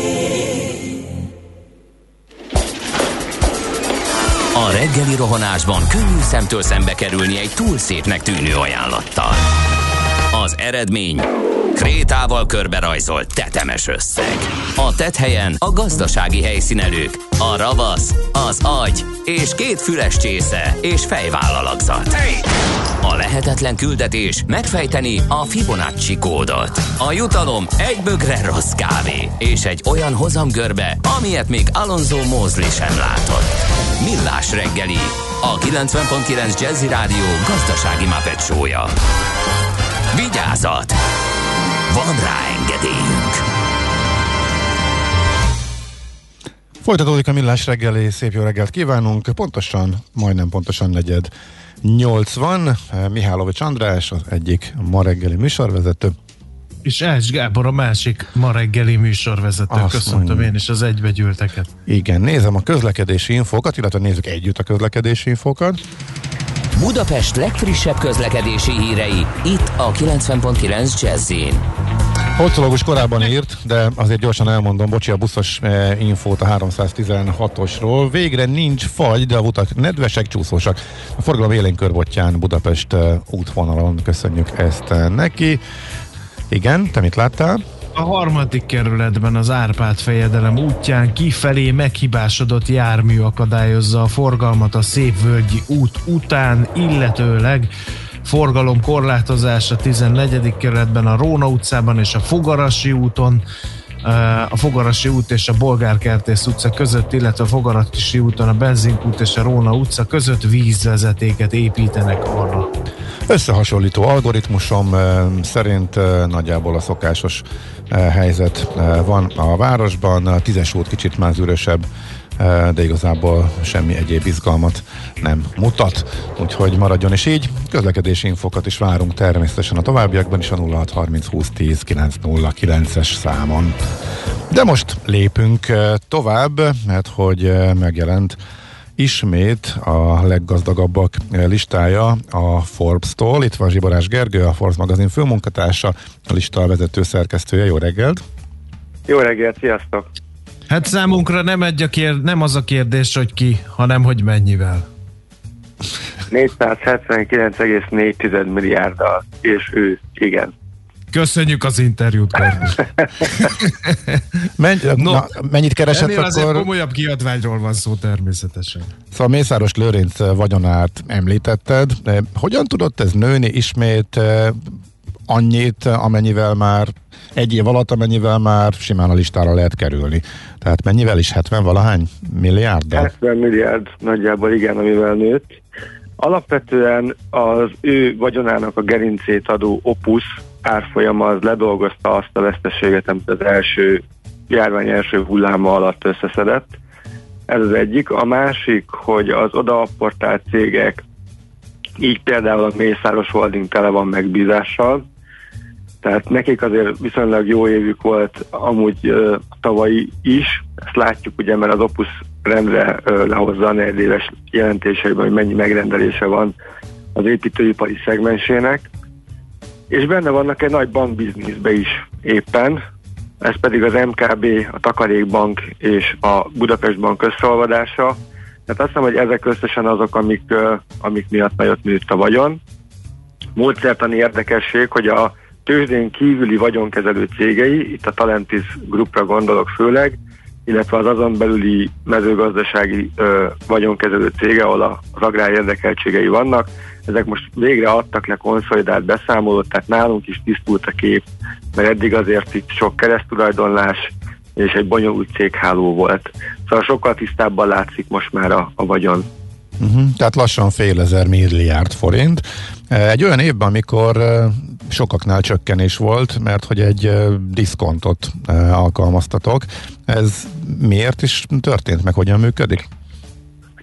A reggeli rohanásban könnyű szemtől szembe kerülni egy túl szépnek tűnő ajánlattal. Az eredmény krétával körberajzolt tetemes összeg. A tetthelyen a gazdasági helyszínelők, a ravasz, az agy és két füles csésze és fejvállalakzat. A lehetetlen küldetés megfejteni a Fibonacci kódot. A jutalom egy bögre rossz kávé és egy olyan hozamgörbe, amilyet még Alonso Mosley sem látott. Millás reggeli, a kilencven pont kilenc Jazzy Rádió gazdasági Muppet show-ja. Vigyázat! Van rá engedélyünk!
Folytatódik a Millás reggeli, szép jó reggelt kívánunk, pontosan, majdnem pontosan negyed nyolc van. Mihálovics András, az egyik ma reggeli műsorvezető.
És Ács Gábor a másik ma reggeli műsorvezető. Azt köszöntöm mondja. Én is az egybegyűlteket.
Igen, nézem a közlekedési infókat, illetve nézzük együtt a közlekedési infókat.
Budapest legfrissebb közlekedési hírei, itt a kilencven pont kilenc Jazzyn.
Hortológus korábban írt, de azért gyorsan elmondom, bocsi, a buszos eh, infót a háromszáztizenhatosról. Végre nincs fagy, de a utak nedvesek, csúszósak. A forgalom élén körbottyán Budapest eh, útvonalon, köszönjük ezt eh, neki. Igen, te mit láttál?
A harmadik kerületben az Árpád fejedelem útján kifelé meghibásodott jármű akadályozza a forgalmat a Szépvölgyi út után, illetőleg forgalom korlátozás a tizennegyedik kerületben, a Róna utcában és a Fogarasi úton, a Fogarasi út és a Bolgár-Kertész utca között, illetve a Fogarasi úton a Benzinkút és a Róna utca között vízvezetéket építenek arra.
Összehasonlító algoritmusom szerint nagyjából a szokásos helyzet van a városban. A tízes út kicsit már zűrösebb, de igazából semmi egyéb izgalmat nem mutat, úgyhogy maradjon is így. Közlekedési infokat is várunk természetesen a továbbiakban is a nulla hat harminc húsz tíz kilenc nulla kilences számon. De most lépünk tovább, mert hogy megjelent ismét a leggazdagabbak listája a Forbes-tól. Itt van Zsiborás Gergő, a Forbes magazin főmunkatársa, a lista vezető szerkesztője. Jó reggelt!
Jó reggelt, sziasztok!
Hát számunkra nem, egy a kér- nem az a kérdés, hogy ki, hanem hogy mennyivel.
négyszázhetvenkilenc egész négy milliárddal, és ő, igen.
Köszönjük az interjút, Kormus.
Menny, no, na, mennyit keresett
ennél
akkor?
azért komolyabb kiadványról van szó természetesen.
Szóval Mészáros Lőrinc vagyonát említetted. Hogyan tudott ez nőni ismét annyit, amennyivel már egy év alatt, amennyivel már simán a listára lehet kerülni? Tehát mennyivel is? hetven valahány milliárddal?
hetven milliárd nagyjából, igen, amivel nőtt. Alapvetően az ő vagyonának a gerincét adó Opus árfolyama az ledolgozta azt a veszteséget, amit az első járvány első hulláma alatt összeszedett. Ez az egyik. A másik, hogy az odaapportált cégek, így például a Mészáros Holding tele van megbízással, tehát nekik azért viszonylag jó évük volt amúgy uh, tavalyi is. Ezt látjuk ugye, mert az Opus rendre uh, lehozza a negyedéves jelentéseiben, hogy mennyi megrendelése van az építőipari szegmensének. És benne vannak egy nagy bankbizniszbe is éppen, ez pedig az em ká bé, a Takarékbank és a Budapest Bank összeolvadása. Tehát azt hiszem, hogy ezek összesen azok, amik, uh, amik miatt nagyot nőtt a vagyon. Módszertani érdekesség, hogy a tőzsdén kívüli vagyonkezelő cégei, itt a Talentis Groupra gondolok főleg, illetve az azon belüli mezőgazdasági ö, vagyonkezelő cége, ahol a, az agrár érdekeltségei vannak, ezek most végre adtak le konszolidált beszámolót, tehát nálunk is tisztult a kép, mert eddig azért itt sok keresztulajdonlás és egy bonyolult cégháló volt. Szóval sokkal tisztábban látszik most már a, a vagyon.
Uh-huh, tehát lassan fél ezer milliárd forint. Egy olyan évben, amikor sokaknál csökkenés volt, mert hogy egy diszkontot alkalmaztatok. Ez miért is történt, meg hogyan működik?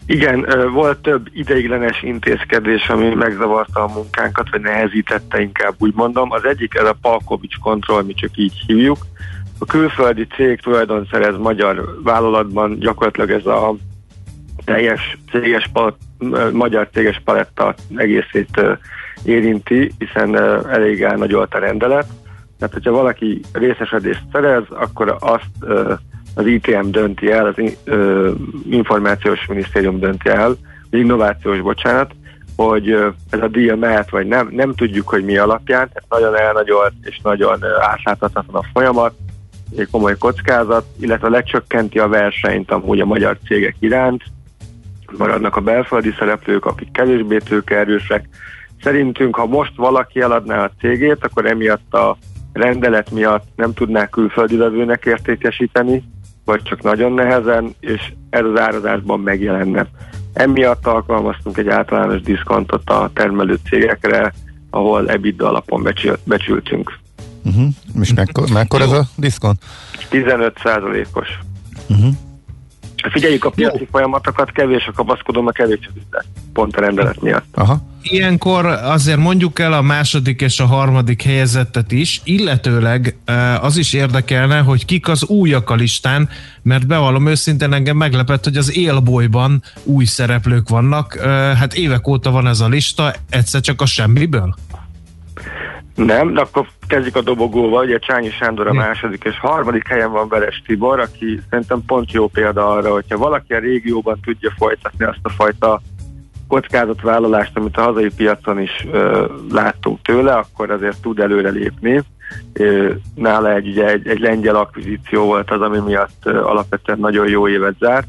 Igen, volt több ideiglenes intézkedés, ami megzavarta a munkánkat, vagy nehezítette, inkább úgy mondom. Az egyik ez a Palkovics kontroll, mi csak így hívjuk. A külföldi cég tulajdon szerez magyar vállalatban, gyakorlatilag ez a teljes céges palett, magyar céges paletta egészét érinti, hiszen elég elnagyolt a rendelet. Tehát, hogyha valaki részesedést szerez, akkor azt az I T M dönti el, az Információs Minisztérium dönti el, az innovációs, bocsánat, hogy ez a díj mehet, vagy nem, nem tudjuk, hogy mi alapján, tehát nagyon elnagyolt és nagyon átláthatatlan a folyamat, egy komoly kockázat, illetve lecsökkenti a versenyt amúgy a magyar cégek iránt, maradnak a belföldi szereplők, akik kevésbé tőkeerősek. Szerintünk, ha most valaki eladná a cégét, akkor emiatt a rendelet miatt nem tudnák külföldi vevőnek értékesíteni, vagy csak nagyon nehezen, és ez az árazásban megjelenne. Emiatt alkalmaztunk egy általános diszkontot a termelő cégekre, ahol EBITDA alapon becsült, becsültünk.
Uh-huh. És mekkor, mekkor ez a diszkont?
tizenöt százalékos.
Uh-huh.
Figyeljük a piaci Jó. folyamatokat, kevés a kapaszkodom, a kevés az üzlet. Pont a rendelet miatt.
Aha.
Ilyenkor azért mondjuk el a második és a harmadik helyezettet is, illetőleg az is érdekelne, hogy kik az újak a listán, mert bevallom őszintén, engem meglepett, hogy az élbolyban új szereplők vannak. Hát évek óta van ez a lista, egyszer csak a semmiből?
Nem, de akkor kezdjük a dobogóval, ugye Csányi Sándor a második és harmadik helyen van Veres Tibor, aki szerintem pont jó példa arra, hogyha valaki a régióban tudja folytatni azt a fajta kockázatvállalást, amit a hazai piacon is ö, láttunk tőle, akkor azért tud előre lépni. Ö, nála egy, ugye, egy, egy lengyel akvizíció volt az, ami miatt ö, alapvetően nagyon jó évet zárt.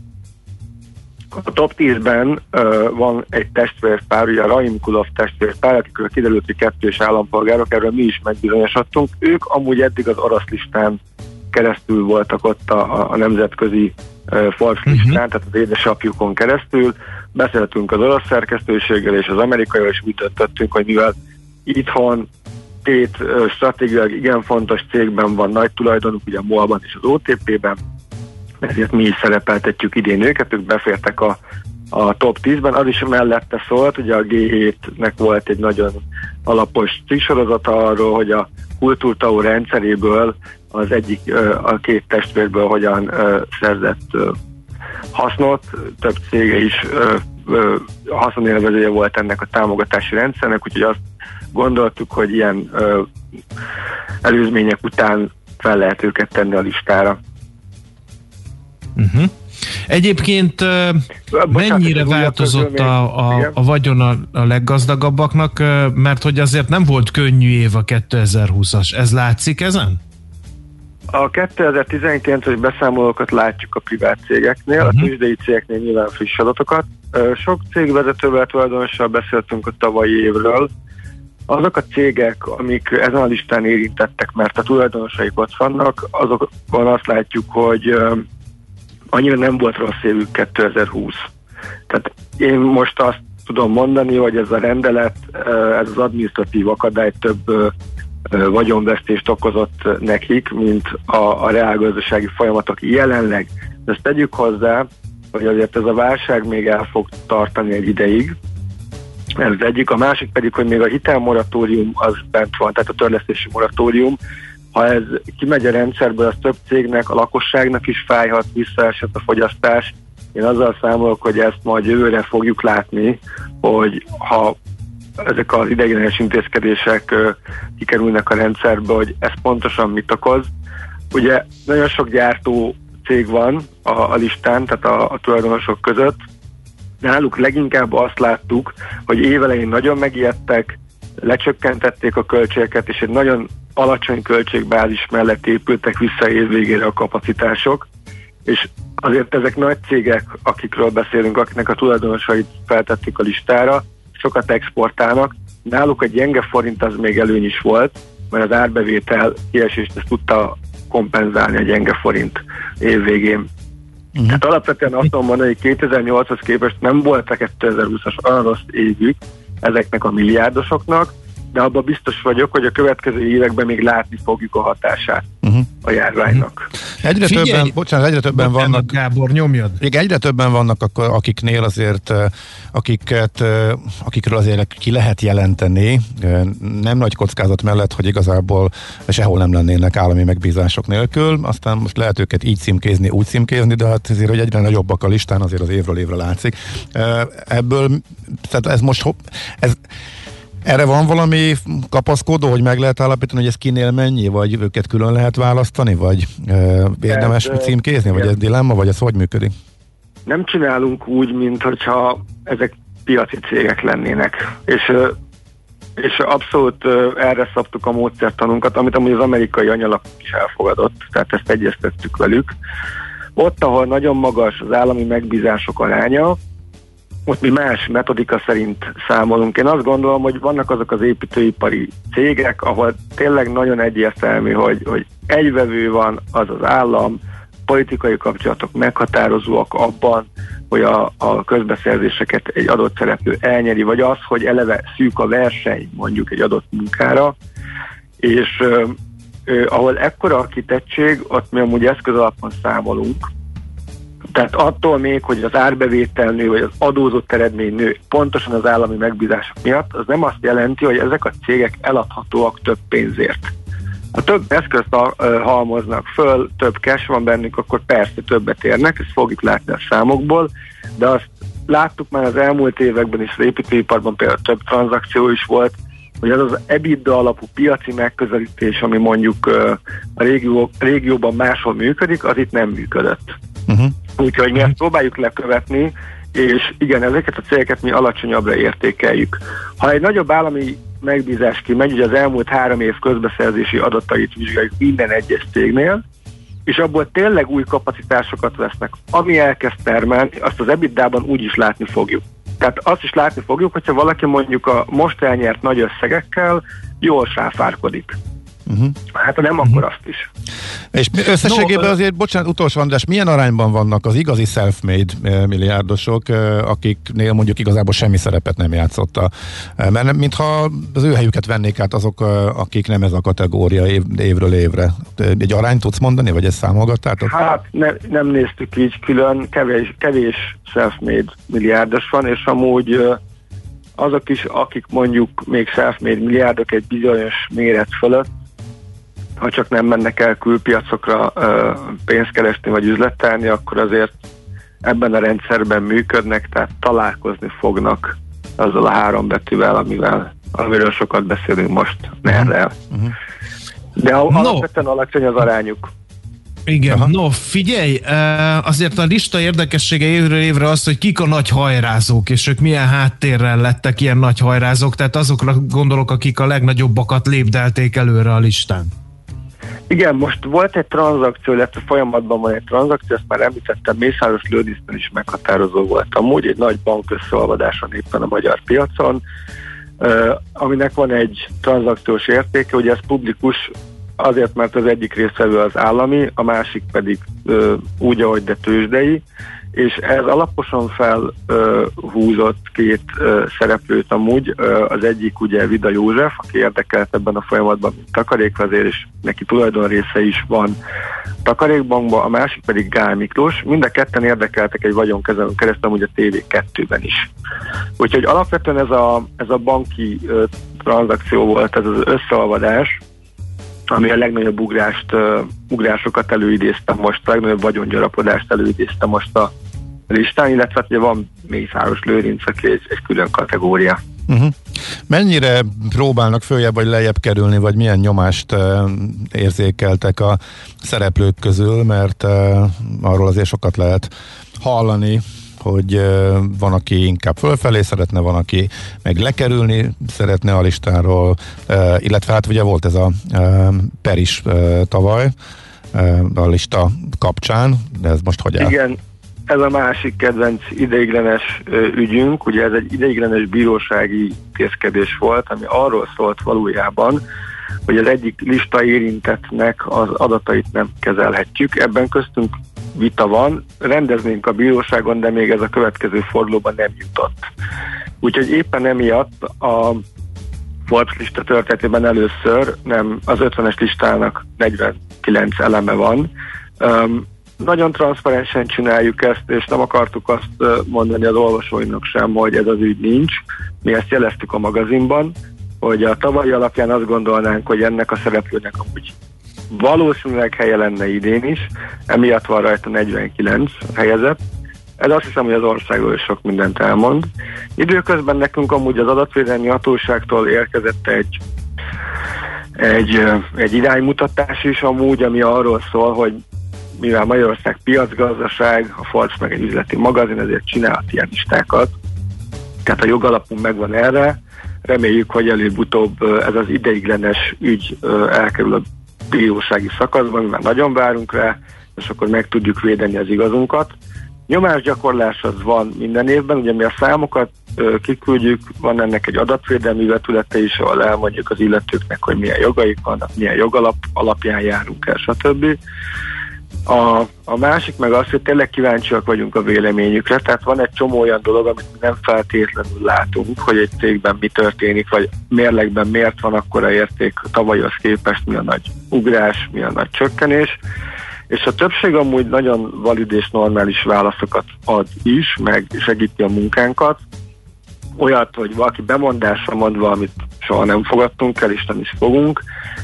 A top tízben ö, van egy testvérpár, ugye a Raim Kulov testvérpár, akikről kiderült, hogy kettős állampolgárok, erről mi is megbizonyosodtunk. Ők amúgy eddig az orosz listán keresztül voltak ott a, a nemzetközi uh, Forbes listán, uh-huh. tehát az édesapjukon keresztül. Beszéltünk az orosz szerkesztőséggel és az amerikaival, és úgy döntöttünk, hogy mivel itthon két uh, stratégiailag igen fontos cégben van nagy tulajdonuk, ugye a MOL-ban és az o té pé-ben, ezért mi is szerepeltetjük idén őket, ők befértek a, a top tízben, az is mellette szólt, ugye a gé hétnek volt egy nagyon alapos cikksorozata arról, hogy a Kultúrtau rendszeréből az egyik, a két testvérből hogyan szerzett hasznot, több cége is haszonélvezője volt ennek a támogatási rendszernek, úgyhogy azt gondoltuk, hogy ilyen előzmények után fel lehet őket tenni a listára.
Uh-huh. Egyébként uh, mennyire változott a, a, a vagyon a, a leggazdagabbaknak, uh, mert hogy azért nem volt könnyű év a kétezer-húszas. Ez látszik ezen?
A kétezer-tizenkilences beszámolókat látjuk a privát cégeknél, uh-huh. a tőzsdei cégeknél nyilván friss adatokat. Sok cégvezetővel, tulajdonossal beszéltünk a tavalyi évről. Azok a cégek, amik ezen a listán érintettek, mert a tulajdonosaik ott vannak, azokon azt látjuk, hogy annyira nem volt rossz évük kétezer-húsz. Tehát én most azt tudom mondani, hogy ez a rendelet, ez az adminisztratív akadály több vagyonvesztést okozott nekik, mint a, a reálgazdasági folyamatok jelenleg. De ezt tegyük hozzá, hogy azért ez a válság még el fog tartani egy ideig. Ez az egyik. A másik pedig, hogy még a hitelmoratórium az bent van, tehát a törlesztési moratórium. Ha ez kimegy a rendszerből, az több cégnek, a lakosságnak is fájhat, visszaesett a fogyasztás. Én azzal számolok, hogy ezt majd jövőre fogjuk látni, hogy ha ezek az ideiglenes intézkedések uh, kikerülnek a rendszerbe, hogy ez pontosan mit okoz. Ugye nagyon sok gyártó cég van a, a listán, tehát a, a tulajdonosok között. Náluk leginkább azt láttuk, hogy évelején nagyon megijedtek, lecsökkentették a költségeket, és egy nagyon alacsony költségbázis mellett épültek vissza évvégére a kapacitások, és azért ezek nagy cégek, akikről beszélünk, akiknek a tulajdonosait feltették a listára, sokat exportálnak. Náluk a gyenge forint az még előny is volt, mert az árbevétel kiesést ezt tudta kompenzálni a gyenge forint évvégén. Uh-huh. Tehát alapvetően azt mondom mondani, hogy kétezer-nyolchoz képest nem volt a kétezer-húszas olyan rossz évük ezeknek a milliárdosoknak, de abban biztos vagyok, hogy a következő években még látni fogjuk a hatását uh-huh. a járványnak.
Egyre
Figyelj,
többen, bocsánat, egyre többen
bocsánat,
vannak.
Gábor, nyomjad.
Igen, egyre többen vannak, akiknél azért, akiket, akikről azért ki lehet jelenteni, nem nagy kockázat mellett, hogy igazából sehol nem lennének állami megbízások nélkül, aztán most lehet őket így címkézni, úgy címkézni, de hát azért, hogy egyre nagyobbak a listán, azért az évről évre látszik. Ebből, tehát ez most, ez erre van valami kapaszkodó, hogy meg lehet állapítani, hogy ez kinél mennyi, vagy őket külön lehet választani, vagy e, érdemes ez, címkézni, igen. Vagy ez dilemma, vagy ez hogy működik?
Nem csinálunk úgy, mint hogyha ezek piaci cégek lennének. És, és abszolút erre szabtuk a módszertanunkat, amit amúgy az amerikai anyalap is elfogadott, tehát ezt egyeztettük velük. Ott, ahol nagyon magas az állami megbízások aránya, ott mi más metodika szerint számolunk. Én azt gondolom, hogy vannak azok az építőipari cégek, ahol tényleg nagyon egyértelmű, hogy, hogy egy vevő van, az az állam, politikai kapcsolatok meghatározóak abban, hogy a, a közbeszerzéseket egy adott szereplő elnyeri, vagy az, hogy eleve szűk a verseny mondjuk egy adott munkára, és ö, ö, ahol ekkora a kitettség, ott mi amúgy eszköz alapon számolunk. Tehát attól még, hogy az árbevétel nő, vagy az adózott eredmény nő pontosan az állami megbízások miatt, az nem azt jelenti, hogy ezek a cégek eladhatóak több pénzért. Ha több eszközt halmoznak föl, több cash van bennük, akkor persze többet érnek, ezt fogjuk látni a számokból, de azt láttuk már az elmúlt években is, az építőiparban például több tranzakció is volt, hogy az az EBITDA alapú piaci megközelítés, ami mondjuk a régió, régióban máshol működik, az itt nem működött. Uh-huh. Úgyhogy mi ezt próbáljuk lekövetni, és igen, ezeket a cégeket mi alacsonyabbra értékeljük. Ha egy nagyobb állami megbízás kimegy, ugye az elmúlt három év közbeszerzési adatait vizsgáljuk minden egyes cégnél, és abból tényleg új kapacitásokat vesznek, ami elkezd termelni, azt az ebitdában úgy is látni fogjuk. Tehát azt is látni fogjuk, hogyha valaki mondjuk a most elnyert nagy összegekkel jól sáfárkodik. Uh-huh. Hát nem, akkor azt is.
És összességében no, azért, bocsánat, utolsó András, milyen arányban vannak az igazi self-made milliárdosok, akiknél mondjuk igazából semmi szerepet nem játszott a, mert mintha az ő helyüket vennék át azok, akik nem ez a kategória év, évről évre. Egy arányt tudsz mondani, vagy ezt számolgattátok?
Hát ne, nem néztük így külön, kevés, kevés self-made milliárdos van, és amúgy azok is, akik mondjuk még self-made milliárdok egy bizonyos méret fölött, ha csak nem mennek el külpiacokra ö, pénzt keresni vagy üzletelni, akkor azért ebben a rendszerben működnek, tehát találkozni fognak azzal a három betűvel, amivel, amiről sokat beszélünk most, nerrel. Uh-huh. De no. alapvetően alacsony az arányuk.
Igen, aha. No figyelj, azért a lista érdekessége évről évre az, hogy kik a nagy hajrázók, és ők milyen háttérrel lettek ilyen nagy hajrázók, tehát azokra gondolok, akik a legnagyobbakat lépdelték előre a listán.
Igen, most volt egy tranzakció, illetve folyamatban van egy tranzakció, ezt már említettem, Mészáros Lőrincnél is meghatározó volt amúgy, egy nagy bankösszeolvadáson éppen a magyar piacon, uh, aminek van egy tranzakciós értéke, ugye ez publikus, azért, mert az egyik részvevő az állami, a másik pedig uh, úgy, ahogy de tőzsdei, és ez alaposan felhúzott uh, két uh, szereplőt amúgy, uh, az egyik ugye Vida József, aki érdekelt ebben a folyamatban, mint takarékvezér, és neki tulajdonrésze is van takarékbankban, a másik pedig Gál Miklós, mind a ketten érdekeltek egy vagyonkezelőn keresztül, amúgy a té vé kettőben is. Úgyhogy alapvetően ez a, ez a banki uh, tranzakció volt, ez az összeolvadás, ami a legnagyobb ugrást, uh, ugrásokat előidézte most, a legnagyobb vagyongyarapodást előidézte most a listán, illetve ugye van Mészáros Lőrinc, aki egy, egy külön kategória.
Uh-huh. Mennyire próbálnak följebb vagy lejjebb kerülni, vagy milyen nyomást uh, érzékeltek a szereplők közül, mert uh, arról azért sokat lehet hallani, hogy uh, van, aki inkább fölfelé szeretne, van, aki meg lekerülni szeretne a listáról, uh, illetve hát ugye volt ez a uh, per is uh, tavaly uh, a lista kapcsán, de ez most hogy áll?
Igen, ez a másik kedvenc ideiglenes uh, ügyünk, ugye ez egy ideiglenes bírósági intézkedés volt, ami arról szólt valójában, hogy az egyik lista érintettnek az adatait nem kezelhetjük. Ebben köztünk vita van, rendeznénk a bíróságon, de még ez a következő fordulóban nem jutott. Úgyhogy éppen emiatt a Forbes lista történetében először nem az ötvenes listának negyvenkilenc eleme van, Um, nagyon transzparensen csináljuk ezt, és nem akartuk azt mondani az olvasóinak sem, hogy ez az ügy nincs. Mi ezt jeleztük a magazinban, hogy a tavalyi alapján azt gondolnánk, hogy ennek a szereplőnek amúgy valószínűleg helye lenne idén is, emiatt van rajta negyvenkilenc helyezett. Ez azt hiszem, hogy az országról is sok mindent elmond. Időközben nekünk amúgy az adatvédelmi hatóságtól érkezett egy, egy, egy iránymutatás is amúgy, ami arról szól, hogy mivel Magyarország piacgazdaság, a Forbes meg egy üzleti magazin, ezért csinálhat ilyen listákat. Tehát a jogalapunk megvan erre. Reméljük, hogy előbb-utóbb ez az ideiglenes ügy elkerül a bírósági szakaszban, mivel nagyon várunk rá, és akkor meg tudjuk védeni az igazunkat. Nyomásgyakorlás az van minden évben, ugye mi a számokat kiküldjük, van ennek egy adatvédelmi vetülete is, ahol elmondjuk az illetőknek, hogy milyen jogaik vannak, milyen jogalap alapján járunk el, stb. A, a másik meg az, hogy tényleg kíváncsiak vagyunk a véleményükre, tehát van egy csomó olyan dolog, amit nem feltétlenül látunk, hogy egy cégben mi történik, vagy mérlegben miért van akkora érték tavalyhoz képest, mi a nagy ugrás, mi a nagy csökkenés, és a többség amúgy nagyon valid és normális válaszokat ad is, meg segíti a munkánkat. Olyat, hogy valaki bemondásra mond valamit, soha nem fogadtunk el, és nem is fogunk.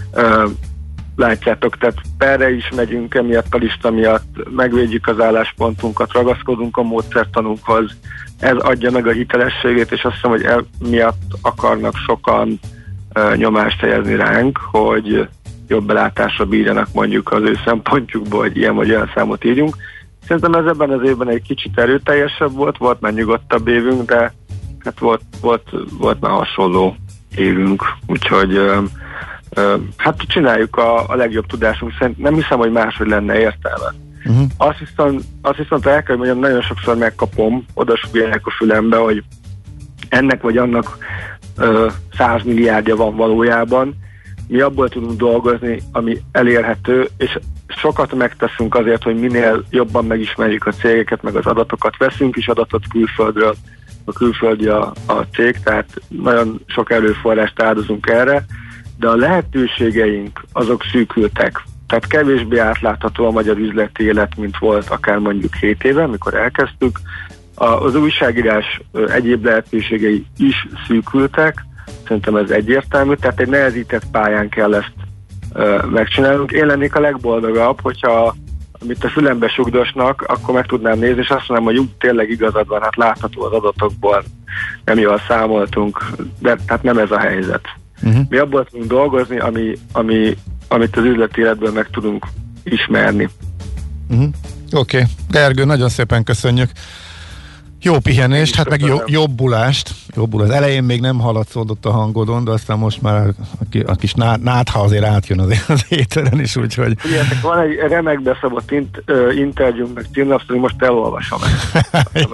Látjátok, tehát perre is megyünk emiatt a lista miatt, megvédjük az álláspontunkat, ragaszkodunk a módszertanunkhoz, ez adja meg a hitelességét, és azt hiszem, hogy emiatt akarnak sokan uh, nyomást helyezni ránk, hogy jobb belátásra bírjanak mondjuk az ő szempontjukból, hogy ilyen vagy olyan számot írjunk. Szerintem ez ebben az évben egy kicsit erőteljesebb volt, volt már nyugodtabb évünk, de hát volt, volt, volt már hasonló évünk, úgyhogy uh, uh, hát csináljuk a, a legjobb tudásunk szerint. Nem hiszem, hogy máshogy lenne értelme. Uh-huh. Azt viszont, azt viszont el kell, hogy mondjam, nagyon sokszor megkapom, oda súgják a fülembe, hogy ennek vagy annak száz uh, milliárdja van valójában. Mi abból tudunk dolgozni, ami elérhető, és sokat megteszünk azért, hogy minél jobban megismerjük a cégeket, meg az adatokat. Veszünk is adatot külföldről, a külföldi a, a cég, tehát nagyon sok erőforrást áldozunk erre, de a lehetőségeink azok szűkültek. Tehát kevésbé átlátható a magyar üzleti élet, mint volt akár mondjuk hét éve, amikor elkezdtük. A, az újságírás egyéb lehetőségei is szűkültek, szerintem ez egyértelmű, tehát egy nehezített pályán kell ezt uh, megcsinálnunk. Én lennék a legboldogabb, hogyha amit a fülembe sugdosnak, akkor meg tudnám nézni, és azt mondom, hogy úgy, tényleg igazad van, hát látható az adatokból, nem jól számoltunk, de hát nem ez a helyzet. Uh-huh. Mi abból tudunk dolgozni, ami, ami, amit az üzleti életből meg tudunk ismerni. Uh-huh.
Oké, okay. Gergő, nagyon szépen köszönjük. Jó pihenést, hát meg jó, jobbulást. Jobbul. Az elején még nem haladszódott a hangodon, de aztán most már a, a kis ná, nátha azért átjön az, az éteren is, úgyhogy...
Tudjátok, van egy remek beszabott int, uh, interjú, meg címlapszor, most elolvasom ezt.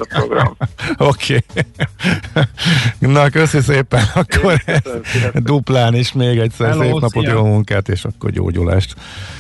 Oké. Na, köszi szépen, akkor duplán is még egyszer Hello, szép napot, jó munkát, és akkor gyógyulást.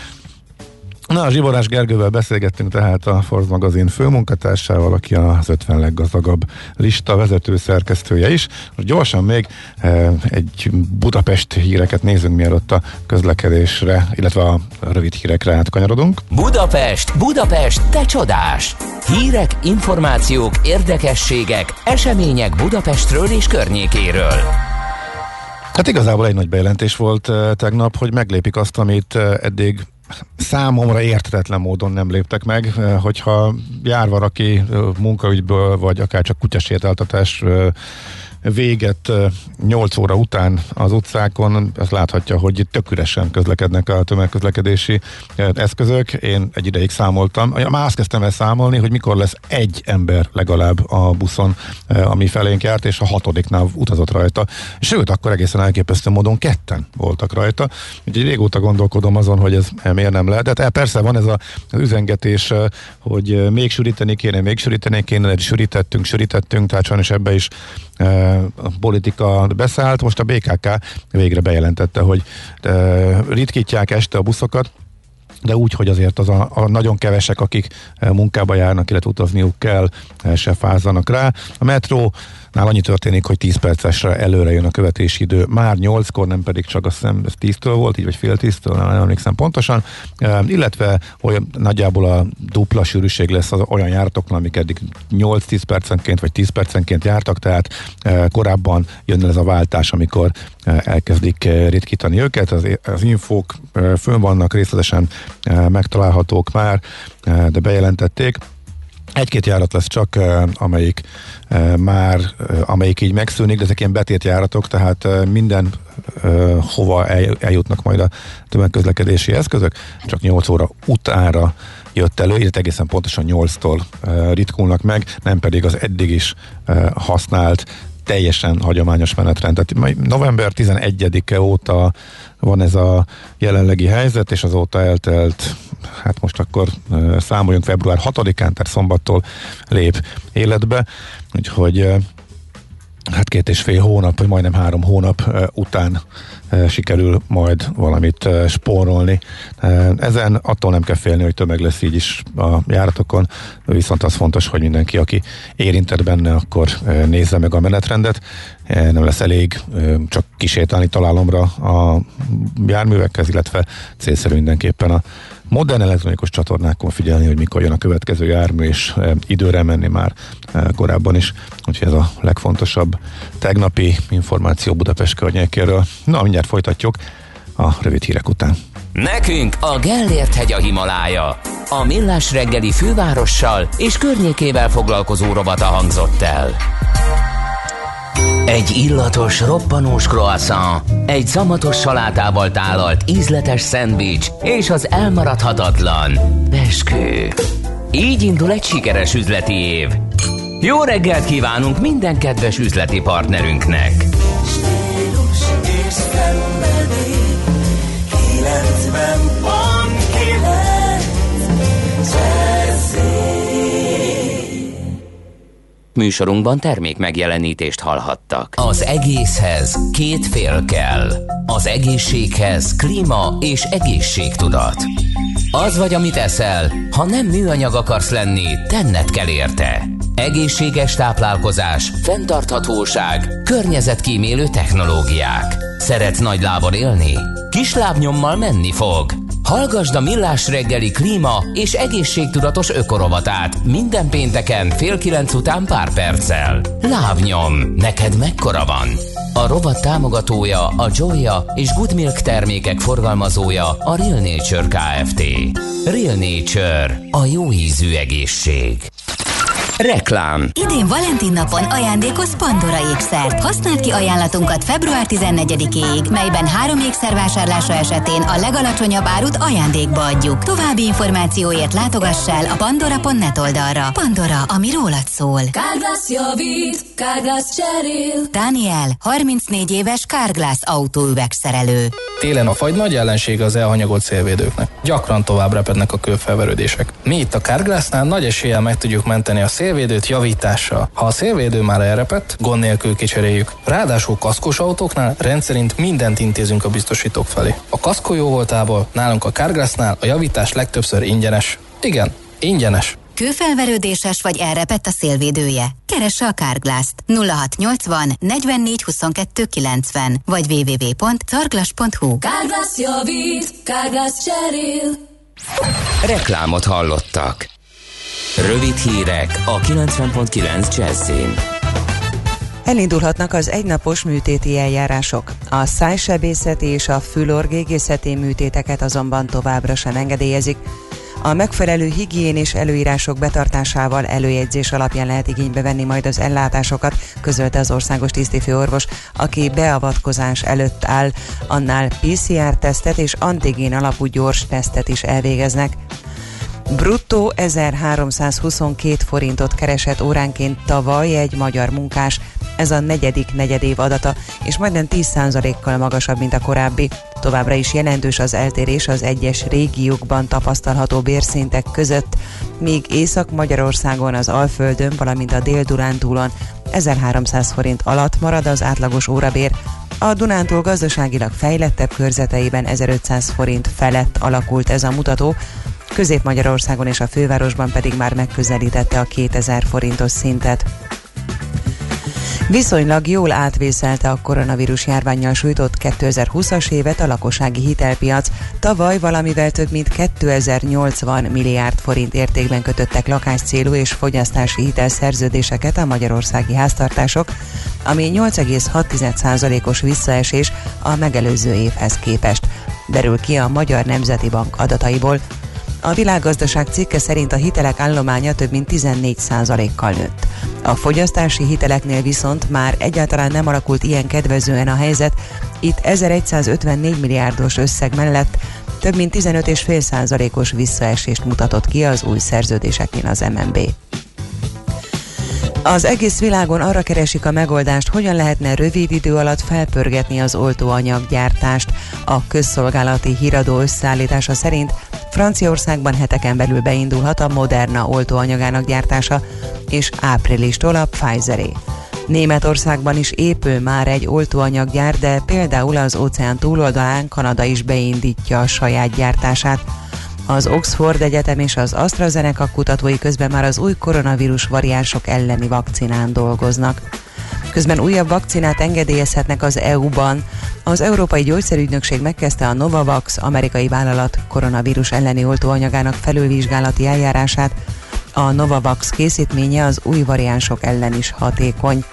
Na, a Zsiborás Gergővel beszélgettünk tehát a Forbes magazin főmunkatársával, aki az ötven leggazdagabb lista vezető szerkesztője is. Most gyorsan még e, egy Budapest híreket nézzünk, mielőtt a közlekedésre, illetve a rövid hírekre átkanyarodunk.
Budapest, Budapest, te csodás! Hírek, információk, érdekességek, események Budapestről és környékéről.
Hát igazából egy nagy bejelentés volt e, tegnap, hogy meglépik azt, amit e, eddig számomra érthetetlen módon nem léptek meg, hogyha jár valaki munkaügyből, vagy akár csak kutyasétáltatás véget nyolc óra után az utcákon, azt láthatja, hogy tök üresen közlekednek a tömegközlekedési eszközök. Én egy ideig számoltam, már azt kezdtem el számolni, hogy mikor lesz egy ember legalább a buszon, ami felénk járt, és a hatodiknál utazott rajta. Sőt, akkor egészen elképesztő módon ketten voltak rajta. Úgyhogy régóta gondolkodom azon, hogy ez miért nem lehet. De hát persze van ez a, az üzengetés, hogy még sűríteni kéne, még sűríteni kéne, sűrítettünk, sűrítettünk, tehát sajnos ebbe is a politika beszállt. Most a bé ká ká végre bejelentette, hogy ritkítják este a buszokat, de úgy, hogy azért az a, a nagyon kevesek, akik munkába járnak, illetve utazniuk kell, se fázzanak rá. A metró nál annyi történik, hogy tíz percesre előre jön a követési idő, már nyolckor, nem pedig csak azt hiszem, ez tíztől volt, így vagy fél tíztől, nem emlékszem pontosan, e, illetve olyan, nagyjából a dupla sűrűség lesz az olyan járatoknál, amik eddig nyolc-tíz percenként vagy tíz percenként jártak, tehát e, korábban jön ez a váltás, amikor e, elkezdik e, ritkítani őket, az, az infók e, fönn vannak, részletesen e, megtalálhatók már, e, de bejelentették. Egy-két járat lesz csak, amelyik már, amelyik így megszűnik, de ezek ilyen betét járatok, tehát minden hova eljutnak majd a tömegközlekedési eszközök, csak nyolc óra utánra jött elő, illetve egészen pontosan nyolctól ritkulnak meg, nem pedig az eddig is használt teljesen hagyományos menetrend. Tehát november tizenegyedike óta van ez a jelenlegi helyzet, és azóta eltelt, hát most akkor uh, számoljunk február hatodikán, tehát szombattól lép életbe, úgyhogy uh, hát két és fél hónap, vagy majdnem három hónap uh, után uh, sikerül majd valamit uh, spórolni. Uh, ezen attól nem kell félni, hogy tömeg lesz így is a járatokon, viszont az fontos, hogy mindenki, aki érintett benne, akkor uh, nézze meg a menetrendet. Uh, nem lesz elég uh, csak kisétálni találomra a járművekhez, illetve célszerű mindenképpen a modern elektronikus csatornákon figyelni, hogy mikor jön a következő jármű, és e, időre menni már e, korábban is. Úgyhogy ez a legfontosabb tegnapi információ Budapest környékéről. Na, mindjárt folytatjuk a rövid hírek után.
Nekünk a Gellért hegy a Himalája. A Millás reggeli fővárossal és környékével foglalkozó rovata hangzott el. Egy illatos, roppanós croissant, egy szamatos salátával tálalt ízletes szendvics és az elmaradhatatlan beskő. Így indul egy sikeres üzleti év. Jó reggelt kívánunk minden kedves üzleti partnerünknek!
Stílus és szenvedély, kilencven pont kilenc Jazzy.
Műsorunkban termék megjelenítést hallhattak. Az egészhez két fél kell. Az egészséghez klíma és egészségtudat. Az vagy, amit eszel, ha nem műanyag akarsz lenni, tenned kell érte. Egészséges táplálkozás, fenntarthatóság, környezetkímélő technológiák. Szeretsz nagy lábon élni? Kis lábnyommal menni fog. Hallgasd a Millás reggeli klíma és egészségtudatos ökorovatát minden pénteken fél kilenc után pár perccel. Lábnyom, neked mekkora van? A rovat támogatója a Joya és Good Milk termékek forgalmazója a Real Nature Kft. Real Nature, a jó ízű egészség. Reklám.
Idén Valentin napon ajándékoz Pandora ékszert. Használd ki ajánlatunkat február tizennegyedikéig, melyben három ékszer vásárlása esetén a legalacsonyabb árut ajándékba adjuk. További információért látogass el a pandora pont net oldalra. Pandora, ami rólad szól.
Carglass javít, Carglass cserél.
Daniel, harmincnégy éves Carglass autóüvegszerelő.
Télen a fagy nagy ellensége az elhanyagolt szélvédőknek. Gyakran tovább repednek a kőfelverődések. Mi itt a Carglassnál nagy eséllyel meg tudjuk menteni a szélvédőt javítással. Ha a szélvédő már elrepett, gond nélkül kicseréljük. Ráadásul kaszkos autóknál rendszerint mindent intézünk a biztosítók felé. A kaszkó jó voltából nálunk a Carglassnál a javítás legtöbbször ingyenes. Igen, ingyenes.
Kőfelverődéses vagy elrepett a szélvédője? Keresse a Carglass-t nulla hat nyolcvan negyvennégy huszonkettő kilencven vagy double-u double-u double-u pont carglass pont hu.
Carglass javít, Carglass cserél.
Reklámot hallottak. Rövid hírek a kilencven pont kilenc Jazzyn.
Elindulhatnak az egynapos műtéti eljárások. A szájsebészeti és a fülorgégészeti műtéteket azonban továbbra sem engedélyezik. A megfelelő higiénés előírások betartásával előjegyzés alapján lehet igénybe venni majd az ellátásokat, közölte az országos tisztifőorvos, aki beavatkozás előtt áll, annál pé cé er-tesztet és antigén alapú gyors tesztet is elvégeznek. Bruttó ezerháromszázhuszonkettő forintot keresett óránként tavaly egy magyar munkás, ez a negyedik negyedév adata, és majdnem tíz százalékkal magasabb, mint a korábbi. Továbbra is jelentős az eltérés az egyes régiókban tapasztalható bérszintek között, míg Észak-Magyarországon, az Alföldön, valamint a Dél-Dunántúlon ezerháromszáz forint alatt marad az átlagos órabér. A Dunántúl gazdaságilag fejlettebb körzeteiben ezerötszáz forint felett alakult ez a mutató, Közép-Magyarországon és a fővárosban pedig már megközelítette a kétezer forintos szintet. Viszonylag jól átvészelte a koronavírus járvánnyal sújtott kétezer-húszas évet a lakossági hitelpiac. Tavaly valamivel több mint kétezer-nyolcvan milliárd forint értékben kötöttek lakáscélú és fogyasztási hitelszerződéseket a magyarországi háztartások, ami nyolc egész hat százalékos visszaesés a megelőző évhez képest. Derül ki a Magyar Nemzeti Bank adataiból. A Világgazdaság cikke szerint a hitelek állománya több mint tizennégy százalékkal nőtt. A fogyasztási hiteleknél viszont már egyáltalán nem alakult ilyen kedvezően a helyzet, itt ezerszázötvennégy milliárdos összeg mellett több mint tizenöt egész öt százalékos visszaesést mutatott ki az új szerződéseknél az em en bé. Az egész világon arra keresik a megoldást, hogyan lehetne rövid idő alatt felpörgetni az oltóanyaggyártást. A közszolgálati híradó összeállítása szerint Franciaországban heteken belül beindulhat a Moderna oltóanyagának gyártása, és áprilistól a Pfizeré. Németországban is épül már egy oltóanyaggyár, de például az óceán túloldalán Kanada is beindítja a saját gyártását. Az Oxford Egyetem és az AstraZeneca kutatói közben már az új koronavírus variánsok elleni vakcinán dolgoznak. Közben újabb vakcinát engedélyezhetnek az é u-ban. Az Európai Gyógyszerügynökség megkezdte a Novavax amerikai vállalat koronavírus elleni oltóanyagának felülvizsgálati eljárását. A Novavax készítménye az új variánsok ellen is hatékony.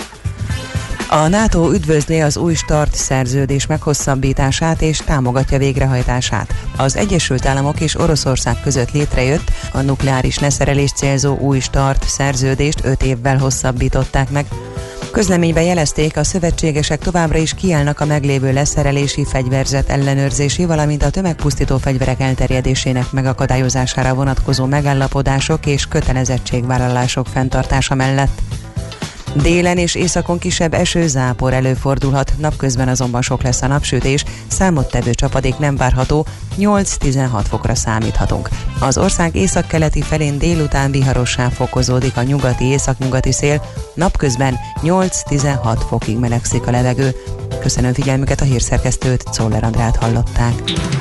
A NATO üdvözli az új START szerződés meghosszabbítását és támogatja végrehajtását. Az Egyesült Államok és Oroszország között létrejött a nukleáris leszerelést célzó új START szerződést öt évvel hosszabbították meg. Közleményben jelezték, a szövetségesek továbbra is kiállnak a meglévő leszerelési, fegyverzet ellenőrzési, valamint a tömegpusztító fegyverek elterjedésének megakadályozására vonatkozó megállapodások és kötelezettségvállalások fenntartása mellett. Délen és északon kisebb eső-zápor előfordulhat, napközben azonban sok lesz a napsütés, számottevő csapadék nem várható, nyolc-tizenhat fokra számíthatunk. Az ország északkeleti felén délután viharossá fokozódik a nyugati északnyugati szél, napközben nyolc-tizenhat fokig melegszik a levegő. Köszönöm figyelmüket, a hírszerkesztőt, Czoller Andrát hallották.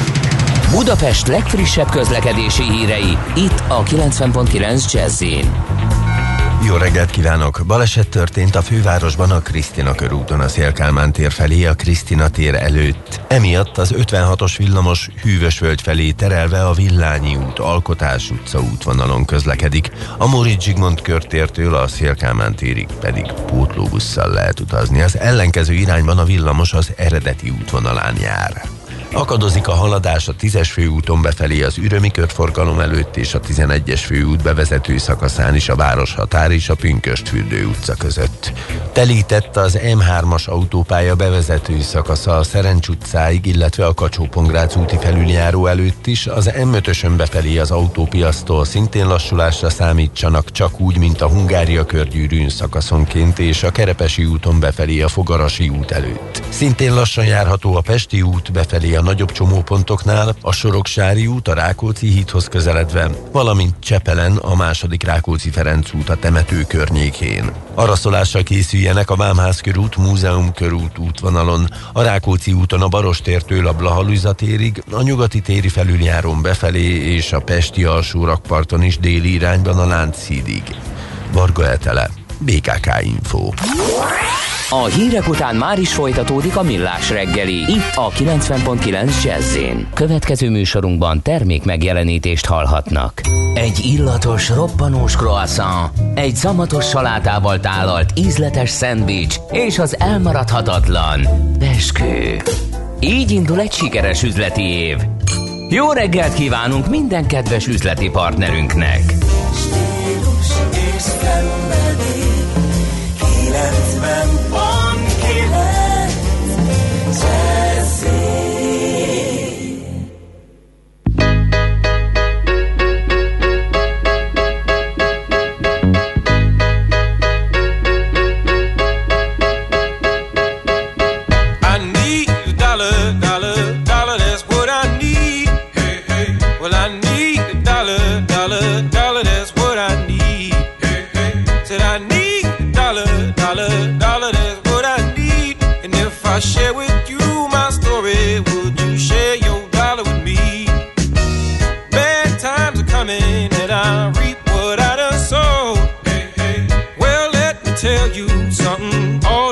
Budapest legfrissebb közlekedési hírei, itt a kilencven pont kilenc Jazz-in.
Jó reggelt kívánok! Baleset történt a fővárosban a Krisztina körúton a Széll-Kálmán tér felé a Krisztina tér előtt. Emiatt az ötvenhatos villamos Hűvösvölgy felé terelve a Villányi út, Alkotás utca útvonalon közlekedik. A Móricz Zsigmond körtértől a Széll-Kálmán térig pedig pótlóbusszal lehet utazni. Az ellenkező irányban a villamos az eredeti útvonalán jár. Akadozik a haladás a tízes főúton befelé az Ürömi körforgalom előtt és a tizenegyes főút bevezető szakaszán is a Városhatár és a Pünkösdfürdő utca között. Telített az em hármas autópálya bevezető szakasza a Szerencs utcáig, illetve a Kacsó-Pongrác úti felüljáró előtt is, az em ötösön befelé az autópiasztól szintén lassulásra számítsanak, csak úgy, mint a Hungária körgyűrűn szakaszonként és a Kerepesi úton befelé a Fogarasi út előtt. Szintén lassan járható a Pesti út befelé a nagyobb csomópontoknál, a Soroksári út a Rákóczi hídhoz közeledve, valamint Csepelen a második Rákóczi-Ferenc út a temető környékén. Araszolásra készüljenek a Vámház körút, Múzeum körút útvonalon, a Rákóczi úton a Barostértől a Blaha-Lujza térig, a Nyugati téri felüljárón befelé és a Pesti alsó rakparton is déli irányban a Lánchídig. Varga Etele, bé ká ká Info.
A hírek után már is folytatódik a Millás reggeli, itt a kilencven pont kilenc Jazz-in. Következő műsorunkban termék megjelenítést hallhatnak. Egy illatos, robbanós croissant, egy szamatos salátával tálalt ízletes szendvics és az elmaradhatatlan beskő. Így indul egy sikeres üzleti év. Jó reggelt kívánunk minden kedves üzleti partnerünknek!
Stílus és szenvedély, kilencven pont kilenc Jazzy.
I need a dollar, dollar, dollar, that's what I need. Hey, hey. Well, I need a dollar, dollar, dollar, that's what I need. Hey, hey. Said I need a dollar, dollar, dollar, that's what I need. And if I share with you my story, would you share your dollar with me? Bad times are coming and I reap what I done sowed. Hey, hey. Well, let me tell you something. All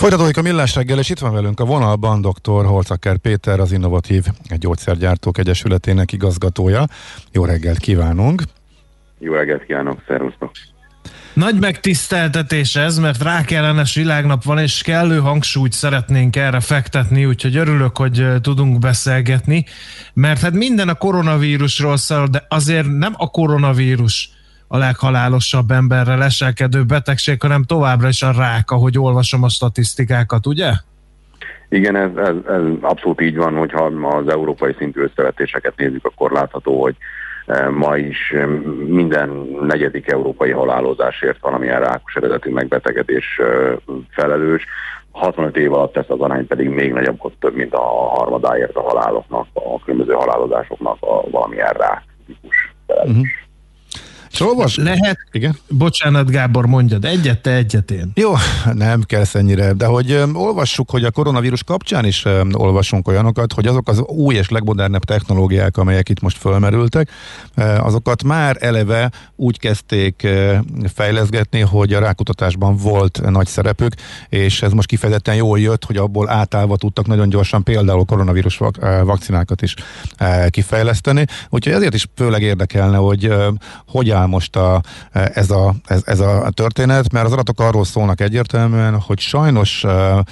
Folytatódik a Millás reggel, és itt van velünk a vonalban dr. Holcaker Péter, az Innovatív Gyógyszergyártók Egyesületének igazgatója. Jó reggelt kívánunk!
Jó reggelt kívánok, szervusztok!
Nagy megtiszteltetés ez, mert rákellenes világnap van, és kellő hangsúlyt szeretnénk erre fektetni, úgyhogy örülök, hogy tudunk beszélgetni, mert hát minden a koronavírusról szól, de azért nem a koronavírus a leghalálosabb emberre leselkedő betegség, hanem továbbra is a rák, ahogy olvasom a statisztikákat, ugye?
Igen, ez, ez, ez abszolút így van, hogyha az európai szintű összevetéseket nézzük, akkor látható, hogy ma is minden negyedik európai halálozásért valamilyen rákos eredetű megbetegedés felelős. hatvanöt év alatt ez az arány pedig még nagyobb, ott több, mint a harmadáért a haláloknak, a különböző halálozásoknak a valamilyen rák típus felelős. Uh-huh.
Olvas...
Lehet? Igen? Bocsánat, Gábor, mondjad, egyet, te egyet én.
Jó, nem kell ennyire, de hogy um, olvassuk, hogy a koronavírus kapcsán is um, olvasunk olyanokat, hogy azok az új és legmodernebb technológiák, amelyek itt most fölmerültek, uh, azokat már eleve úgy kezdték uh, fejleszgetni, hogy a rákutatásban volt nagy szerepük, és ez most kifejezetten jól jött, hogy abból átállva tudtak nagyon gyorsan például koronavírus vak- uh, vakcinákat is uh, kifejleszteni. Úgyhogy ezért is főleg érdekelne, hogy uh, hogyan most a, ez, a, ez, ez a történet, mert az adatok arról szólnak egyértelműen, hogy sajnos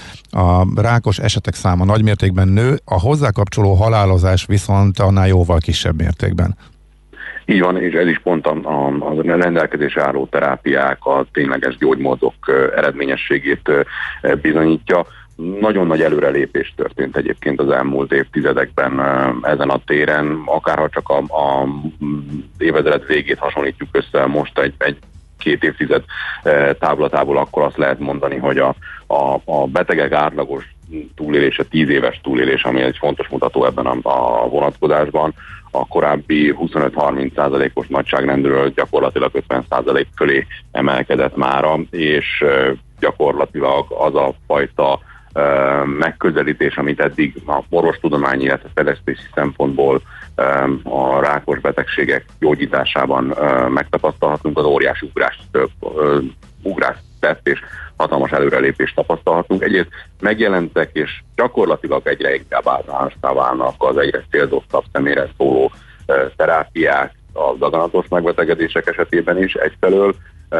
a rákos esetek száma nagymértékben nő, a hozzá kapcsoló halálozás viszont annál jóval kisebb mértékben.
Így van, és ez is pont a, a, a rendelkezésre álló terápiák, a tényleges gyógymódok eredményességét bizonyítja. Nagyon nagy előrelépés történt egyébként az elmúlt évtizedekben ezen a téren, akárha csak a, a évezred végét hasonlítjuk össze most egy, egy két évtized távlatából, akkor azt lehet mondani, hogy a, a, a betegek átlagos túlélése, tíz éves túlélés, ami egy fontos mutató ebben a, a vonatkozásban, a korábbi huszonöt-harminc százalékos nagyságrendről gyakorlatilag ötven százalék fölé emelkedett mára, és gyakorlatilag az a fajta megközelítés, amit eddig a orvostudományi, illetve fejlesztési szempontból a rákos betegségek gyógyításában megtapasztalhatunk, az óriási ugrást, ugrást tett, és hatalmas előrelépést tapasztalhatunk. Egyrészt megjelentek, és gyakorlatilag egyre inkább általánossá válnak az egyre célzottabb személyre szóló terápiák a daganatos megbetegedések esetében is egyfelől,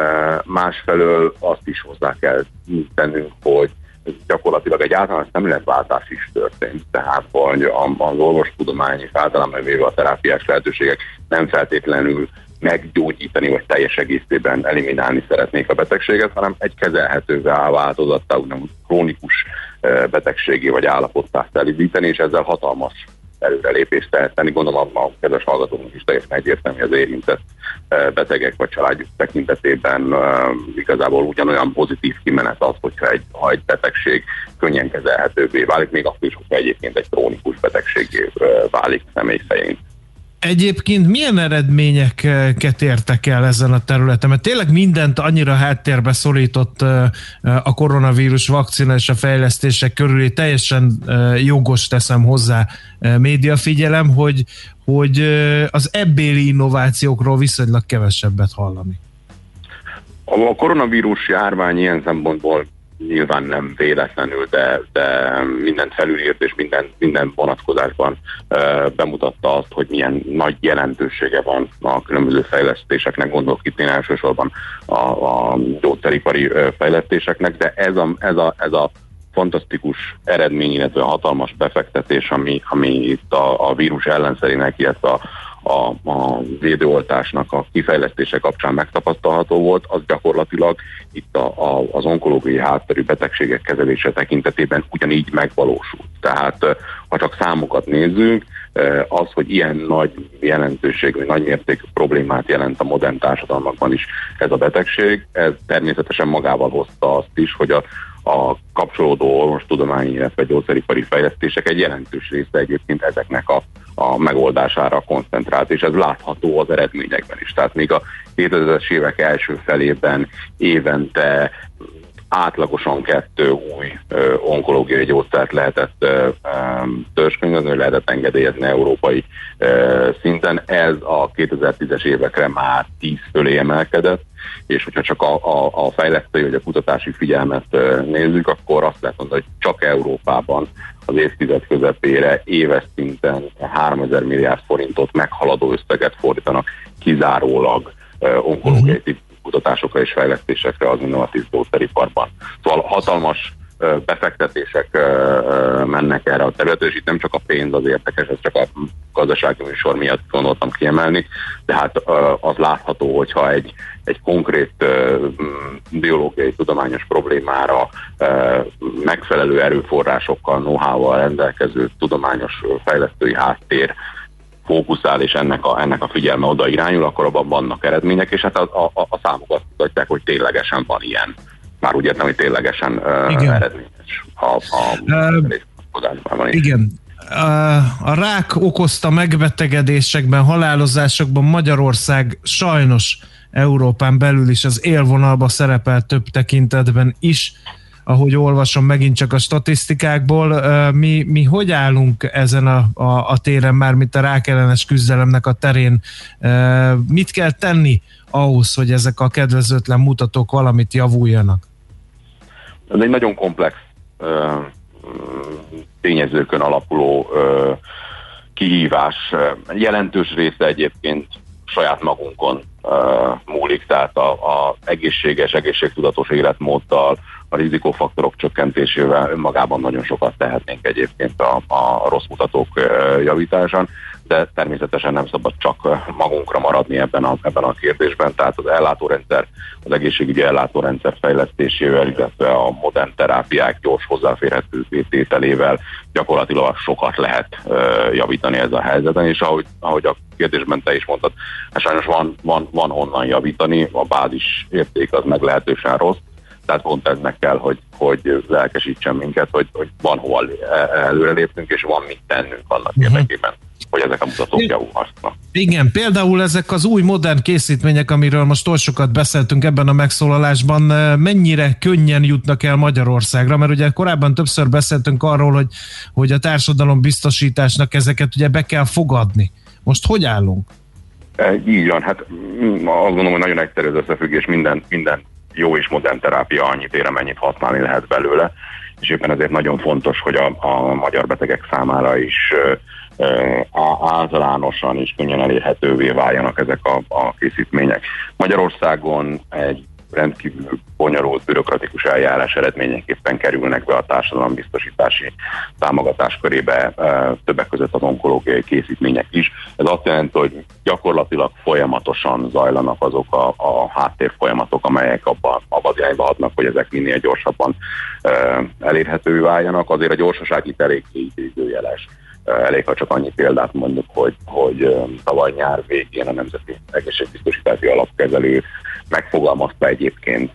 másfelől azt is hozzá kell tennünk, hogy gyakorlatilag egy általános szemléletváltás is történt, tehát hogy az orvostudomány és általában véve a terápiás lehetőségek nem feltétlenül meggyógyítani vagy teljes egészében eliminálni szeretnék a betegséget, hanem egy kezelhetővé változattá, úgynevezett krónikus betegségé vagy állapottá elindítani, és ezzel hatalmas előrelépést lehet tenni. Gondolom a kedves hallgatóknak is teljesen egyértelmű, az érintett betegek vagy családjuk tekintetében uh, igazából ugyanolyan pozitív kimenet az, hogyha egy, ha egy betegség könnyen kezelhetővé válik, még akkor is, hogyha egyébként egy krónikus betegségé uh, válik személy szerint.
Egyébként milyen eredményeket értek el ezen a területen? Mert tényleg mindent annyira háttérbe szorított a koronavírus vakcina és a fejlesztések körül, teljesen jogos teszem hozzá médiafigyelem, hogy, hogy az ebbéli innovációkról viszonylag kevesebbet hallani.
A koronavírus járvány ilyen szempontból nyilván nem véletlenül, de, de mindent felülírt, és minden, minden vonatkozásban e, bemutatta azt, hogy milyen nagy jelentősége van a különböző fejlesztéseknek, gondolok itt én elsősorban a, a gyógyszeripari fejlesztéseknek, de ez a, ez a, ez a fantasztikus eredmény, illetve a hatalmas befektetés, ami, ami itt a, a vírus ellenszerének, illetve a A, a védőoltásnak a kifejlesztése kapcsán megtapasztalható volt, az gyakorlatilag itt a, a, az onkológiai hátterű betegségek kezelése tekintetében ugyanígy megvalósult. Tehát ha csak számokat nézzünk, az, hogy ilyen nagy jelentőségű, nagy mértékű problémát jelent a modern társadalmakban is ez a betegség, ez természetesen magával hozta azt is, hogy a a kapcsolódó orvostudományi, illetve gyógyszeripari fejlesztések egy jelentős része egyébként ezeknek a, a megoldására koncentrált, és ez látható az eredményekben is. Tehát még a kétezres évek első felében évente átlagosan kettő új ö, onkológiai gyógyszert lehetett ö, törzskönyvezni, lehetett engedélyezni európai ö, szinten. Ez a kétezer-tízes évekre már tíz fölé emelkedett, és hogyha csak a, a, a fejlesztői vagy a kutatási figyelmet ö, nézzük, akkor azt lehet mondani, hogy csak Európában az évtized közepére éves szinten háromezer milliárd forintot meghaladó összeget fordítanak kizárólag ö, onkológiai uh-huh. kutatásokra és fejlesztésekre az innovatív gyógyszeriparban. Szóval hatalmas befektetések mennek erre a területre, és itt nem csak a pénz az érdekes, ez csak a gazdasági műsor miatt gondoltam kiemelni, de hát az látható, hogyha egy, egy konkrét biológiai tudományos problémára megfelelő erőforrásokkal, know-how-val rendelkező tudományos fejlesztői háttér fókuszál, és ennek a, ennek a figyelme oda irányul, akkor abban vannak eredmények, és hát a, a, a számok azt mutatják, hogy ténylegesen van ilyen. Már úgy értem, hogy ténylegesen uh, eredményes a, a uh,
igen. A rák okozta megbetegedésekben, halálozásokban Magyarország sajnos Európán belül is az élvonalba szerepel több tekintetben is, ahogy olvasom megint csak a statisztikákból. Mi, mi hogy állunk ezen a, a, a téren, már mint a rákellenes küzdelemnek a terén? Mit kell tenni ahhoz, hogy ezek a kedvezőtlen mutatók valamit javuljanak?
Ez egy nagyon komplex tényezőkön alapuló kihívás. Jelentős része egyébként saját magunkon múlik, tehát a, a egészséges, egészségtudatos életmóddal, a rizikófaktorok csökkentésével önmagában nagyon sokat tehetnénk egyébként a, a rossz mutatók javításán, de természetesen nem szabad csak magunkra maradni ebben a, ebben a kérdésben, tehát az ellátórendszer, az egészségügyi ellátórendszer fejlesztésével, illetve a modern terápiák gyors hozzáférhetővé tételével gyakorlatilag sokat lehet uh, javítani ez a helyzeten, és ahogy, ahogy a kérdésben te is mondtad, hát sajnos van, van, van honnan javítani, a bázis érték az meglehetősen rossz, tehát pont ez meg kell, hogy, hogy lelkesítsen minket, hogy, hogy van hova előrelépnünk, és van mit tennünk annak uh-huh. érdekében, hogy ezek a mutatók javulhatnak.
Igen, például ezek az új modern készítmények, amiről most oly sokat beszéltünk ebben a megszólalásban, mennyire könnyen jutnak el Magyarországra, mert ugye korábban többször beszéltünk arról, hogy, hogy a társadalombiztosításnak ezeket ugye be kell fogadni. Most hogy állunk?
E, így van, hát azt gondolom, hogy nagyon egyszerű az összefüggés, minden, minden jó és modern terápia annyit ér, amennyit használni lehet belőle, és éppen ezért nagyon fontos, hogy a, a magyar betegek számára is e, e, általánosan és könnyen elérhetővé váljanak ezek a, a készítmények. Magyarországon egy rendkívül bonyolult bürokratikus eljárás eredményeképpen kerülnek be a társadalombiztosítási támogatás körébe, többek között az onkológiai készítmények is. Ez azt jelenti, hogy gyakorlatilag folyamatosan zajlanak azok a, a háttérfolyamatok, amelyek abban az irányba adnak, hogy ezek minél gyorsabban elérhetővé váljanak. Azért a gyorsaság itt elég időjeles. Elég, ha csak annyi példát mondjuk, hogy, hogy tavaly nyár végén a Nemzeti Egészségbiztosítási Alapkezelő megfogalmazta egyébként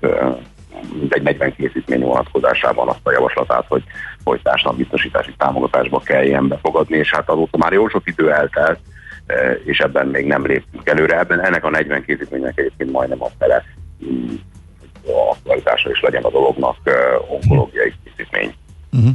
egy negyven készítmény vonatkozásában azt a javaslatát, hogy, hogy társadalombiztosítási támogatásba kelljen befogadni, és hát azóta már jó sok idő eltelt, és ebben még nem léptünk előre. Ebben ennek a negyven készítménynek egyébként majdnem a fele aktualitása is legyen a dolognak onkológiai készítmény. Uh-huh.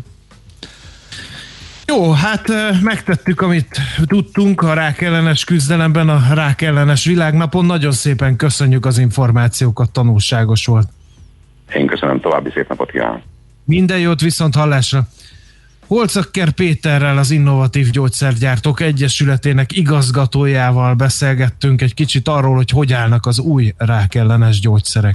Jó, hát megtettük, amit tudtunk a rákellenes küzdelemben, a rákellenes világnapon. Nagyon szépen köszönjük az információkat, tanulságos volt.
Én köszönöm, további szép napot kívánok.
Minden jót, viszont hallásra. Holcaker Péterrel, az Innovatív Gyógyszergyártók Egyesületének igazgatójával beszélgettünk egy kicsit arról, hogy hogy állnak az új rákellenes gyógyszerek.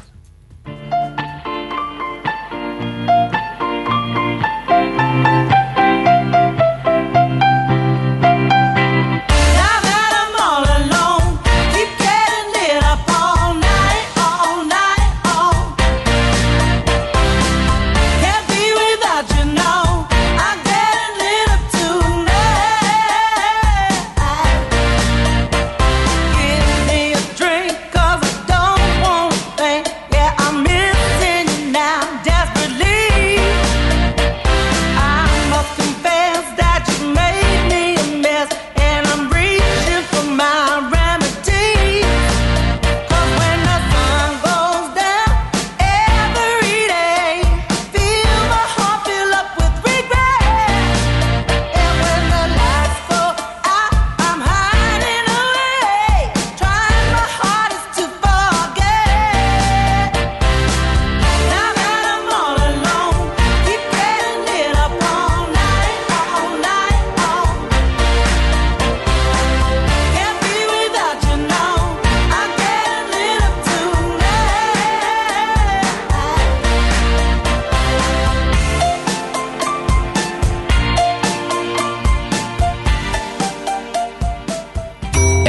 Drink, 'cause I don't want to think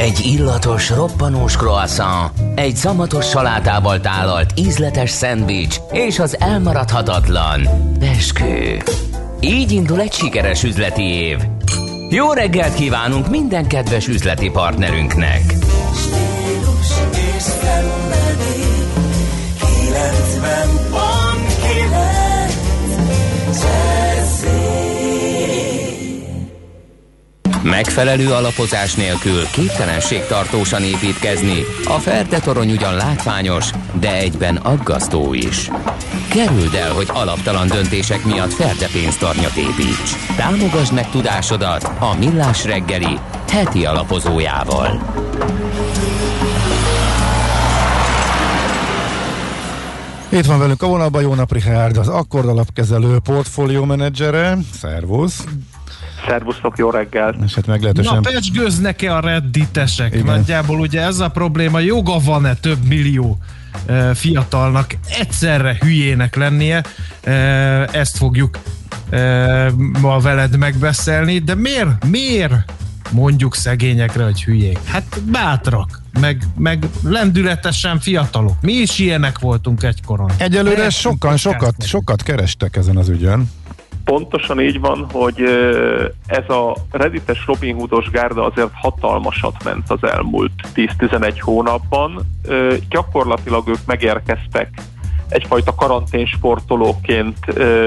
Egy illatos, roppanós croissant, egy szamatos salátával tálalt ízletes szendvics és az elmaradhatatlan peskő. Így indul egy sikeres üzleti év. Jó reggelt kívánunk minden kedves üzleti partnerünknek!
Stílus és szenvedély, kilencven pont kilenc Jazzy.
Megfelelő alapozás nélkül képtelenség tartósan építkezni. A Ferde torony ugyan látványos, de egyben aggasztó is. Kerüld el, hogy alaptalan döntések miatt Ferde pénztarnyat építs. Támogasd meg tudásodat a Millás reggeli heti alapozójával.
Itt van velünk a vonalban Jónap Richárd, az Akkord alapkezelő portfólió menedzsere. Szervusz!
Szervusztok, jó reggel!
És hát meglehetősen...
Na, pecsköznek-e a redditesek?
Igen.
Nagyjából ugye ez a probléma, joga van-e több millió e, fiatalnak egyszerre hülyének lennie? E, ezt fogjuk e, ma veled megbeszélni, de miért, miért mondjuk szegényekre, hogy hülyék? Hát bátrak, meg, meg lendületesen fiatalok. Mi is ilyenek voltunk egykoron.
Egyelőre sokan, sokat, sokat kerestek ezen az ügyön.
Pontosan így van, hogy ez a reddites Robin Hoodos gárda azért hatalmasat ment az elmúlt tíz-tizenegy hónapban. Gyakorlatilag ők megérkeztek egyfajta karanténsportolóként,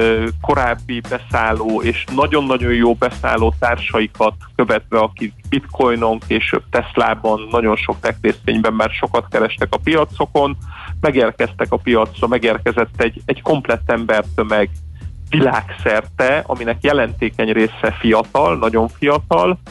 korábbi beszálló és nagyon-nagyon jó beszálló társaikat követve, akik bitcoinon, később Teslában, nagyon sok tech részvényben már sokat kerestek a piacokon, megérkeztek a piacra, megérkezett egy, egy komplett embertömeg világszerte, aminek jelentékeny része fiatal, nagyon fiatal,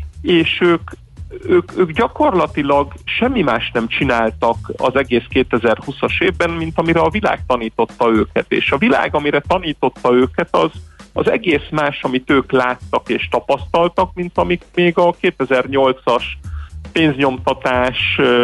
és ők, ők, ők gyakorlatilag semmi más nem csináltak az egész kétezer-húszas évben, mint amire a világ tanította őket. És a világ, amire tanította őket, az, az egész más, amit ők láttak és tapasztaltak, mint amik még a kétezer-nyolcas pénznyomtatás,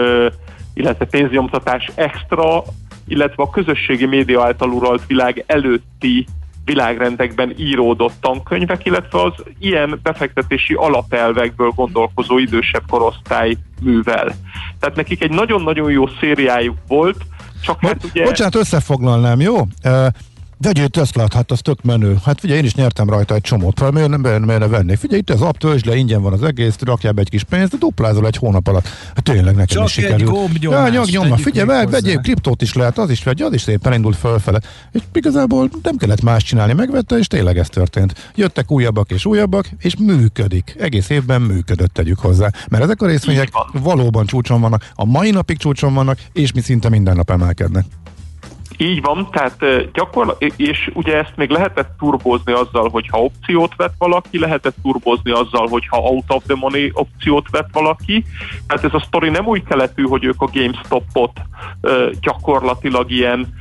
illetve pénznyomtatás extra, illetve a közösségi média által uralt világ előtti világrendekben íródott tankönyvek, illetve az ilyen befektetési alapelvekből gondolkozó idősebb korosztály művel. Tehát nekik egy nagyon-nagyon jó szériájuk volt, csak hát ugye...
Bocsánat, összefoglalnám, jó? Uh, Vegyél Teslát, hát az tök menő. Hát figyelj, én is nyertem rajta egy csomót, miért nem benne vennék. Figyelj, itt az app, töltsd le, ingyen van az egész, rakjál be egy kis pénzt, de duplázol egy hónap alatt. Hát tényleg nekem
csak
is sikerül.
Csak egy gombnyomás.
Ja, nyomma, figyelj, meg, vegyél kriptót is lehet, az is vegy, az is szépen indult fölfele. És igazából nem kellett más csinálni, megvette, és tényleg ez történt. Jöttek újabbak és újabbak, és működik. Egész évben működött, tegyük hozzá. Mert ezek a részvények valóban csúcson vannak, a mai napig csúcson vannak, és mi szinte minden nap emelkednek.
Így van, tehát gyakorlatilag, és ugye ezt még lehetett turbózni azzal, hogyha opciót vett valaki, lehetett turbózni azzal, hogyha out of the money opciót vett valaki. Tehát ez a sztori nem új keletű, hogy ők a GameStopot gyakorlatilag ilyen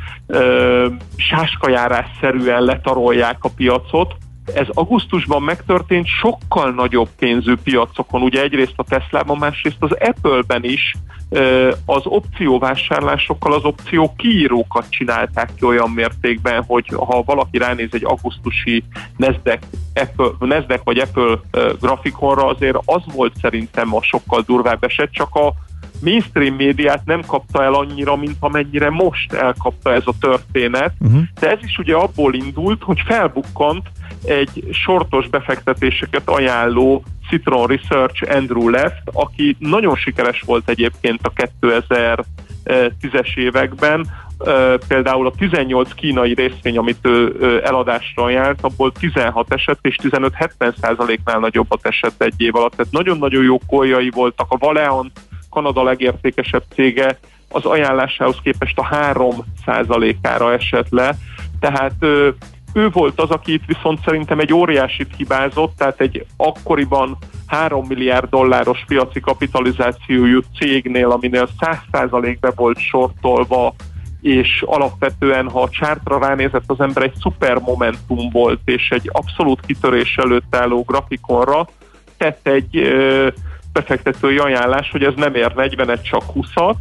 sáskajárásszerűen letarolják a piacot. Ez augusztusban megtörtént sokkal nagyobb pénzű piacokon, ugye egyrészt a Teslában, másrészt az Apple-ben is az opcióvásárlásokkal az opció kiírókat csinálták ki olyan mértékben, hogy ha valaki ránéz egy augusztusi Nasdaq, Apple, Nasdaq vagy Apple grafikonra, azért az volt szerintem a sokkal durvább eset, csak a mainstream médiát nem kapta el annyira, mint amennyire most elkapta ez a történet, uh-huh. de ez is ugye abból indult, hogy felbukkant egy sortos befektetéseket ajánló Citron Research Andrew Left, aki nagyon sikeres volt egyébként a kétezer-tízes években, például a tizennyolc kínai részvény, amit ő eladásra ajánlt, abból tizenhat esett, és tizenöt-hetven százaléknál nagyobbat esett egy év alatt. Tehát nagyon-nagyon jó koljai voltak. A Valeant, Kanada legértékesebb cége, az ajánlásához képest a három százalékára esett le. Tehát ő volt az, aki itt viszont szerintem egy óriásit hibázott, tehát egy akkoriban három milliárd dolláros piaci kapitalizációjú cégnél, aminél száz százalékbe volt sortolva, és alapvetően, ha a csártra ránézett az ember, egy szuper momentum volt, és egy abszolút kitörés előtt álló grafikonra tett egy ö, befektetői ajánlás, hogy ez nem ér negyvenet, csak húszat,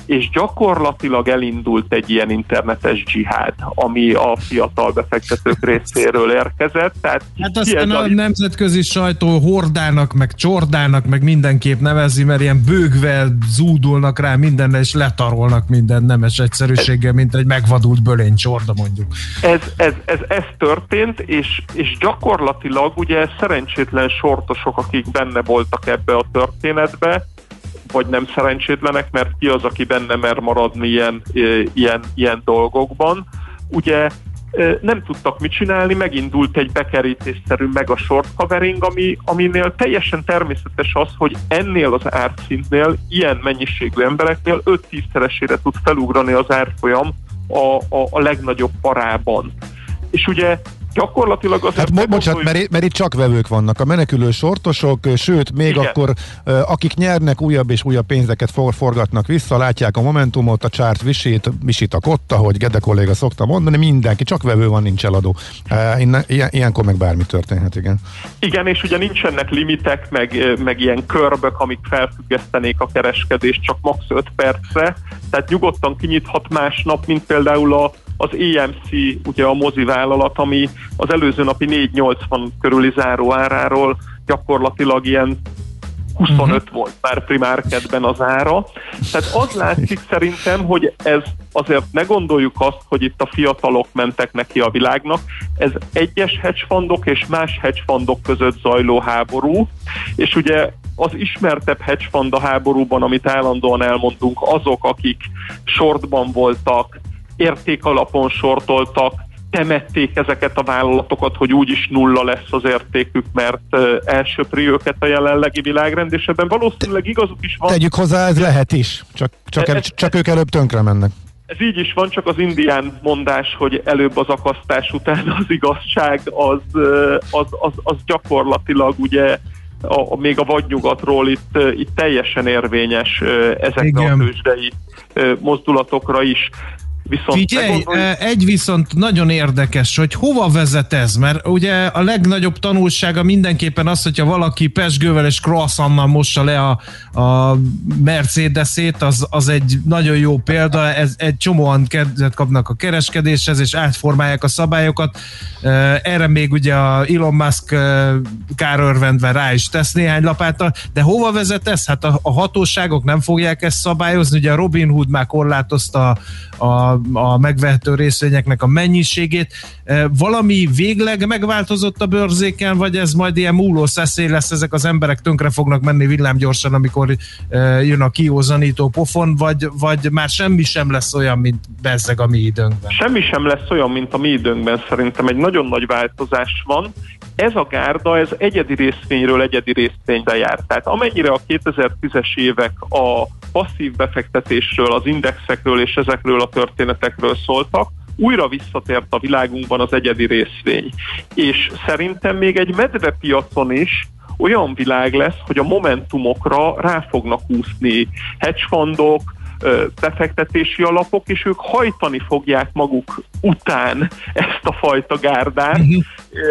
és gyakorlatilag elindult egy ilyen internetes dzsihád, ami a fiatal befektetők részéről érkezett. Tehát
hát aztán a, a nemzetközi sajtó hordának, meg csordának, meg mindenképp nevezi, mert ilyen bőgvel zúdulnak rá mindenre, és letarolnak minden nemes egyszerűséggel, mint egy megvadult bölény csorda mondjuk.
Ez, ez, ez, ez történt, és, és gyakorlatilag ugye szerencsétlen sortosok, akik benne voltak ebbe a történetbe, vagy nem szerencsétlenek, mert ki az, aki benne mer maradni ilyen, ilyen, ilyen dolgokban. Ugye nem tudtak mit csinálni, megindult egy bekerítésszerű mega short covering, ami, aminél teljesen természetes az, hogy ennél az árszintnél, ilyen mennyiségű embereknél öt-tízszeresére tud felugrani az árfolyam a, a, a legnagyobb parában. És ugye gyakorlatilag az...
Hát bocsánat, mert, mert itt csak vevők vannak, a menekülő sortosok, sőt, még igen. Akkor akik nyernek, újabb és újabb pénzeket for, forgatnak vissza, látják a Momentumot, a csárt visít, visítak ott, ahogy Gede kolléga szokta mondani, mindenki, csak vevő van, nincs eladó. Innen, ilyen, ilyenkor meg bármi történhet, igen.
Igen, és ugye nincsenek limitek, meg, meg ilyen körbök, amik felfüggesztenék a kereskedést csak max. öt percre, tehát nyugodtan kinyithat másnap, mint például a az á em cé, ugye a mozi vállalat, ami az előző napi négy nyolcvan körüli záró áráról gyakorlatilag ilyen huszonöt uh-huh. volt már primárkedben az ára. Tehát az látszik szerintem, hogy ez azért ne gondoljuk azt, hogy itt a fiatalok mentek neki a világnak. Ez egyes hedge fundok és más hedge fundok között zajló háború, és ugye az ismertebb hedge fund a háborúban, amit állandóan elmondunk, azok, akik shortban voltak, értékalapon sortoltak, temették ezeket a vállalatokat, hogy úgyis nulla lesz az értékük, mert uh, elsöpri őket a jelenlegi világrend, és ebben valószínűleg igazuk is van.
Tegyük hozzá, ez lehet is, csak, csak, el, csak ők előbb tönkre mennek.
Ez így is van, csak az indián mondás, hogy előbb az akasztás után az igazság, az, az, az, az gyakorlatilag ugye a, a, még a vadnyugatról itt, itt teljesen érvényes ezekre igen. a tőzsdei mozdulatokra is. Viszont
Figyelj, egy viszont nagyon érdekes, hogy hova vezet ez, mert ugye a legnagyobb tanulsága mindenképpen az, hogyha valaki pezsgővel és croissantnal mossa le a, a Mercedesét, az, az egy nagyon jó példa, ez egy csomóan kedvet kapnak a kereskedéshez, és átformálják a szabályokat. Erre még ugye a Elon Musk kárörvendve rá is tesz néhány lapáttal, de hova vezet ez? Hát a, a hatóságok nem fogják ezt szabályozni, ugye a Robin Hood már korlátozta a a megvehető részvényeknek a mennyiségét. Valami végleg megváltozott a bőrzéken, vagy ez majd ilyen múló szeszély lesz, ezek az emberek tönkre fognak menni villámgyorsan, amikor jön a kiózanító pofon, vagy, vagy már semmi sem lesz olyan, mint bezzeg a mi időnkben?
Semmi sem lesz olyan, mint a mi időnkben, szerintem egy nagyon nagy változás van. Ez a gárda, ez egyedi részvényről egyedi részvényre jár. Tehát amennyire a kétezer-tízes évek a passzív befektetésről, az indexekről és ezekről a történetekről szóltak, újra visszatért a világunkban az egyedi részvény. És szerintem még egy medvepiacon is olyan világ lesz, hogy a momentumokra rá fognak úszni hedge fundok, befektetési alapok, és ők hajtani fogják maguk után ezt a fajta gárdát, uh-huh.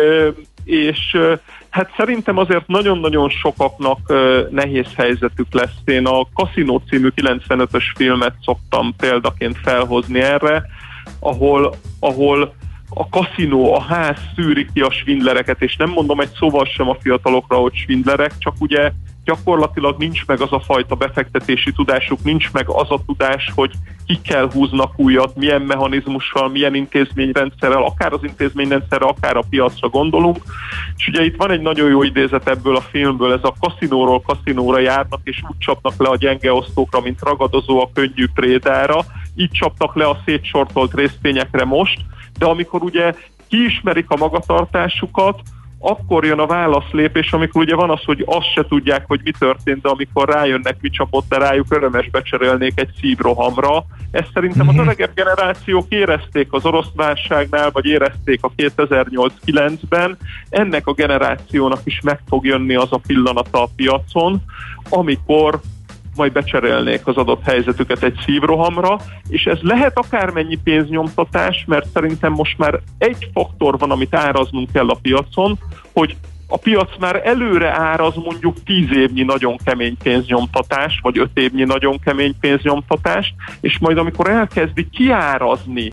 és hát szerintem azért nagyon-nagyon sokaknak nehéz helyzetük lesz. Én a Casino című kilencvenötös filmet szoktam példaként felhozni erre, ahol, ahol a kaszinó, a ház szűri ki a svindlereket, és nem mondom egy szóval sem a fiatalokra, hogy svindlerek, csak ugye gyakorlatilag nincs meg az a fajta befektetési tudásuk, nincs meg az a tudás, hogy kikkel húznak újat, milyen mechanizmussal, milyen intézményrendszerrel, akár az intézményrendszerre, akár a piacra gondolunk. És ugye itt van egy nagyon jó idézet ebből a filmből, ez a kaszinóról kaszinóra járnak, és úgy csapnak le a gyenge osztókra, mint ragadozó a könnyű prédára, így csapnak le a szétsortolt részvényekre most, de amikor ugye kiismerik a magatartásukat, akkor jön a válaszlépés, amikor ugye van az, hogy azt se tudják, hogy mi történt, de amikor rájönnek, mi csapott, de rájuk örömes becserélnék egy szívrohamra. Ezt szerintem az öregebb generációk érezték az orosz válságnál, vagy érezték a kétezer-nyolc-kilencben. Ennek a generációnak is meg fog jönni az a pillanata a piacon, amikor majd becserélnék az adott helyzetüket egy szívrohamra, és ez lehet akármennyi pénznyomtatás, mert szerintem most már egy faktor van, amit áraznunk kell a piacon, hogy a piac már előre áraz mondjuk tíz évnyi nagyon kemény pénznyomtatás, vagy öt évnyi nagyon kemény pénznyomtatás, és majd amikor elkezdi kiárazni